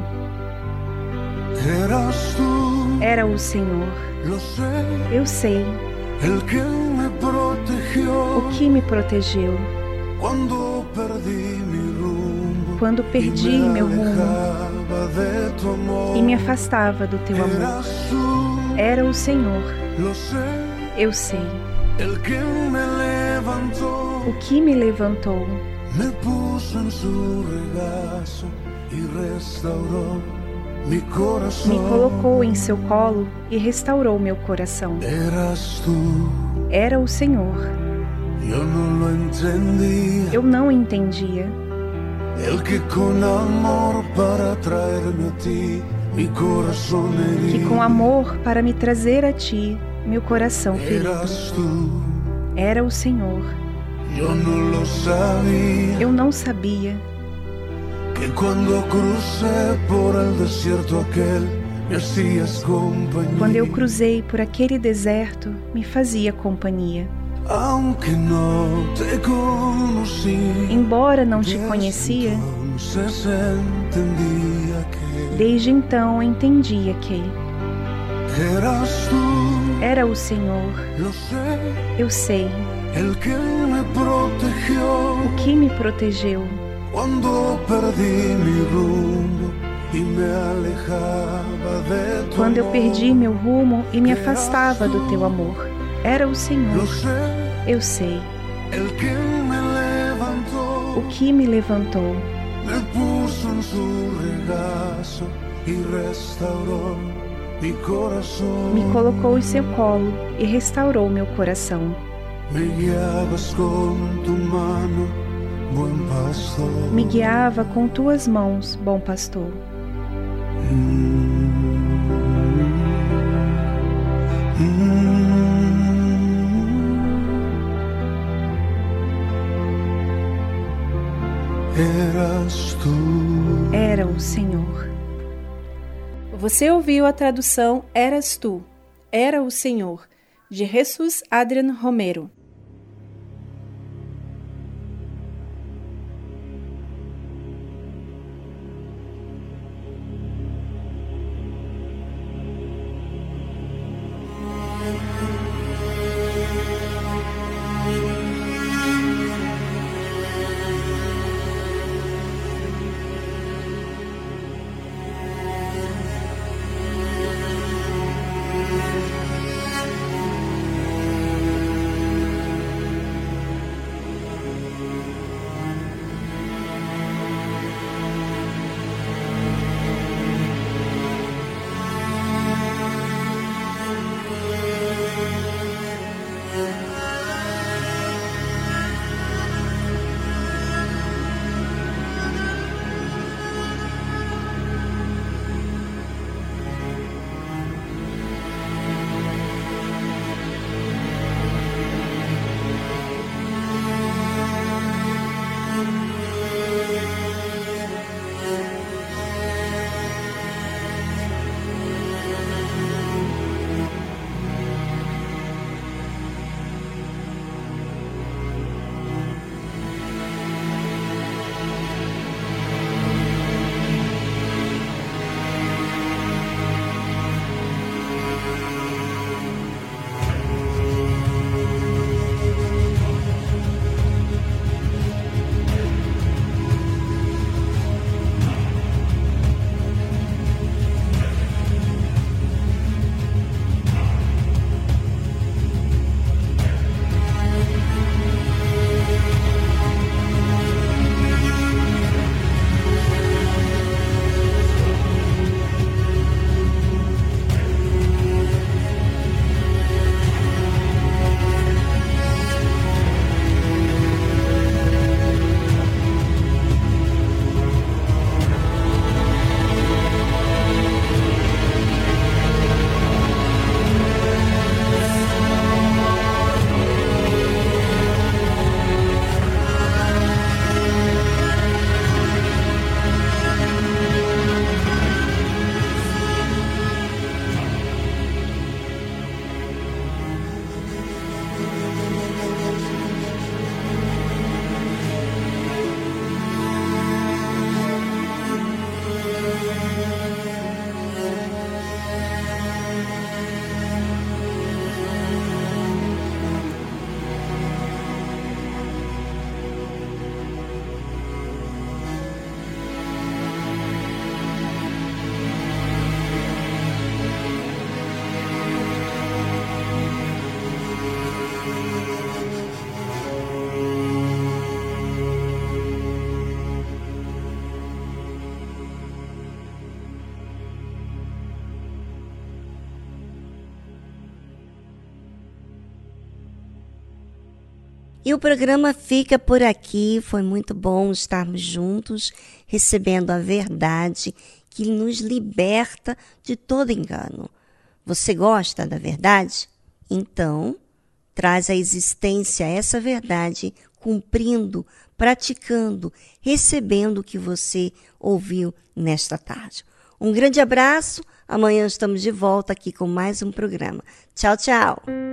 eras tú, era o Senhor. lo sé, Eu sei el que me protegió o que me protegeu cuando perdí mi rumbo, quando perdi y me meu rumo alejaba de tu amor. e me afastava do teu amor. Eras tú, Era o Senhor. lo sé, Eu sei el que me levantó, o que me levantou, me puso en su regazo y restauró mi corazón. me colocou em seu colo e restaurou meu coração. Eras tú, Era o Senhor. yo no lo entendía, Eu não entendia. el que con amor para traerme a ti mi corazón herido. que com amor para me trazer a ti, meu coração ferido. Eras tú, Era o Senhor. yo no lo sabía, Eu não sabia que cuando crucé por el desierto aquel, me hacías compañía. quando eu cruzei por aquele deserto, me fazia companhia. Aunque no te conocí, Embora não te conhecia, entonces entendía que desde então entendia que eras tú, era o Senhor. lo sé, Eu sei el que me protegió o que me protegeu cuando perdí mi rumbo y me alejaba de tu quando eu amor. perdi meu rumo e me afastava do teu amor. Era o Senhor. Lo sé, Eu sei el que me levantó, o que me levantou, me puso en su regazo y restauró mi corazón. me colocou em seu colo e restaurou meu coração. Me guiabas con tu mano, buen pastor. Me guiava com tuas mãos, bom pastor. Eras tu. Era o Senhor. Você ouviu a tradução Eras tu, Era o Senhor, de Jesus Adrian Romero. E o programa fica por aqui. Foi muito bom estarmos juntos, recebendo a verdade que nos liberta de todo engano. Você gosta da verdade? Então, traz à existência essa verdade, cumprindo, praticando, recebendo o que você ouviu nesta tarde. Um grande abraço. Amanhã estamos de volta aqui com mais um programa. Tchau, tchau.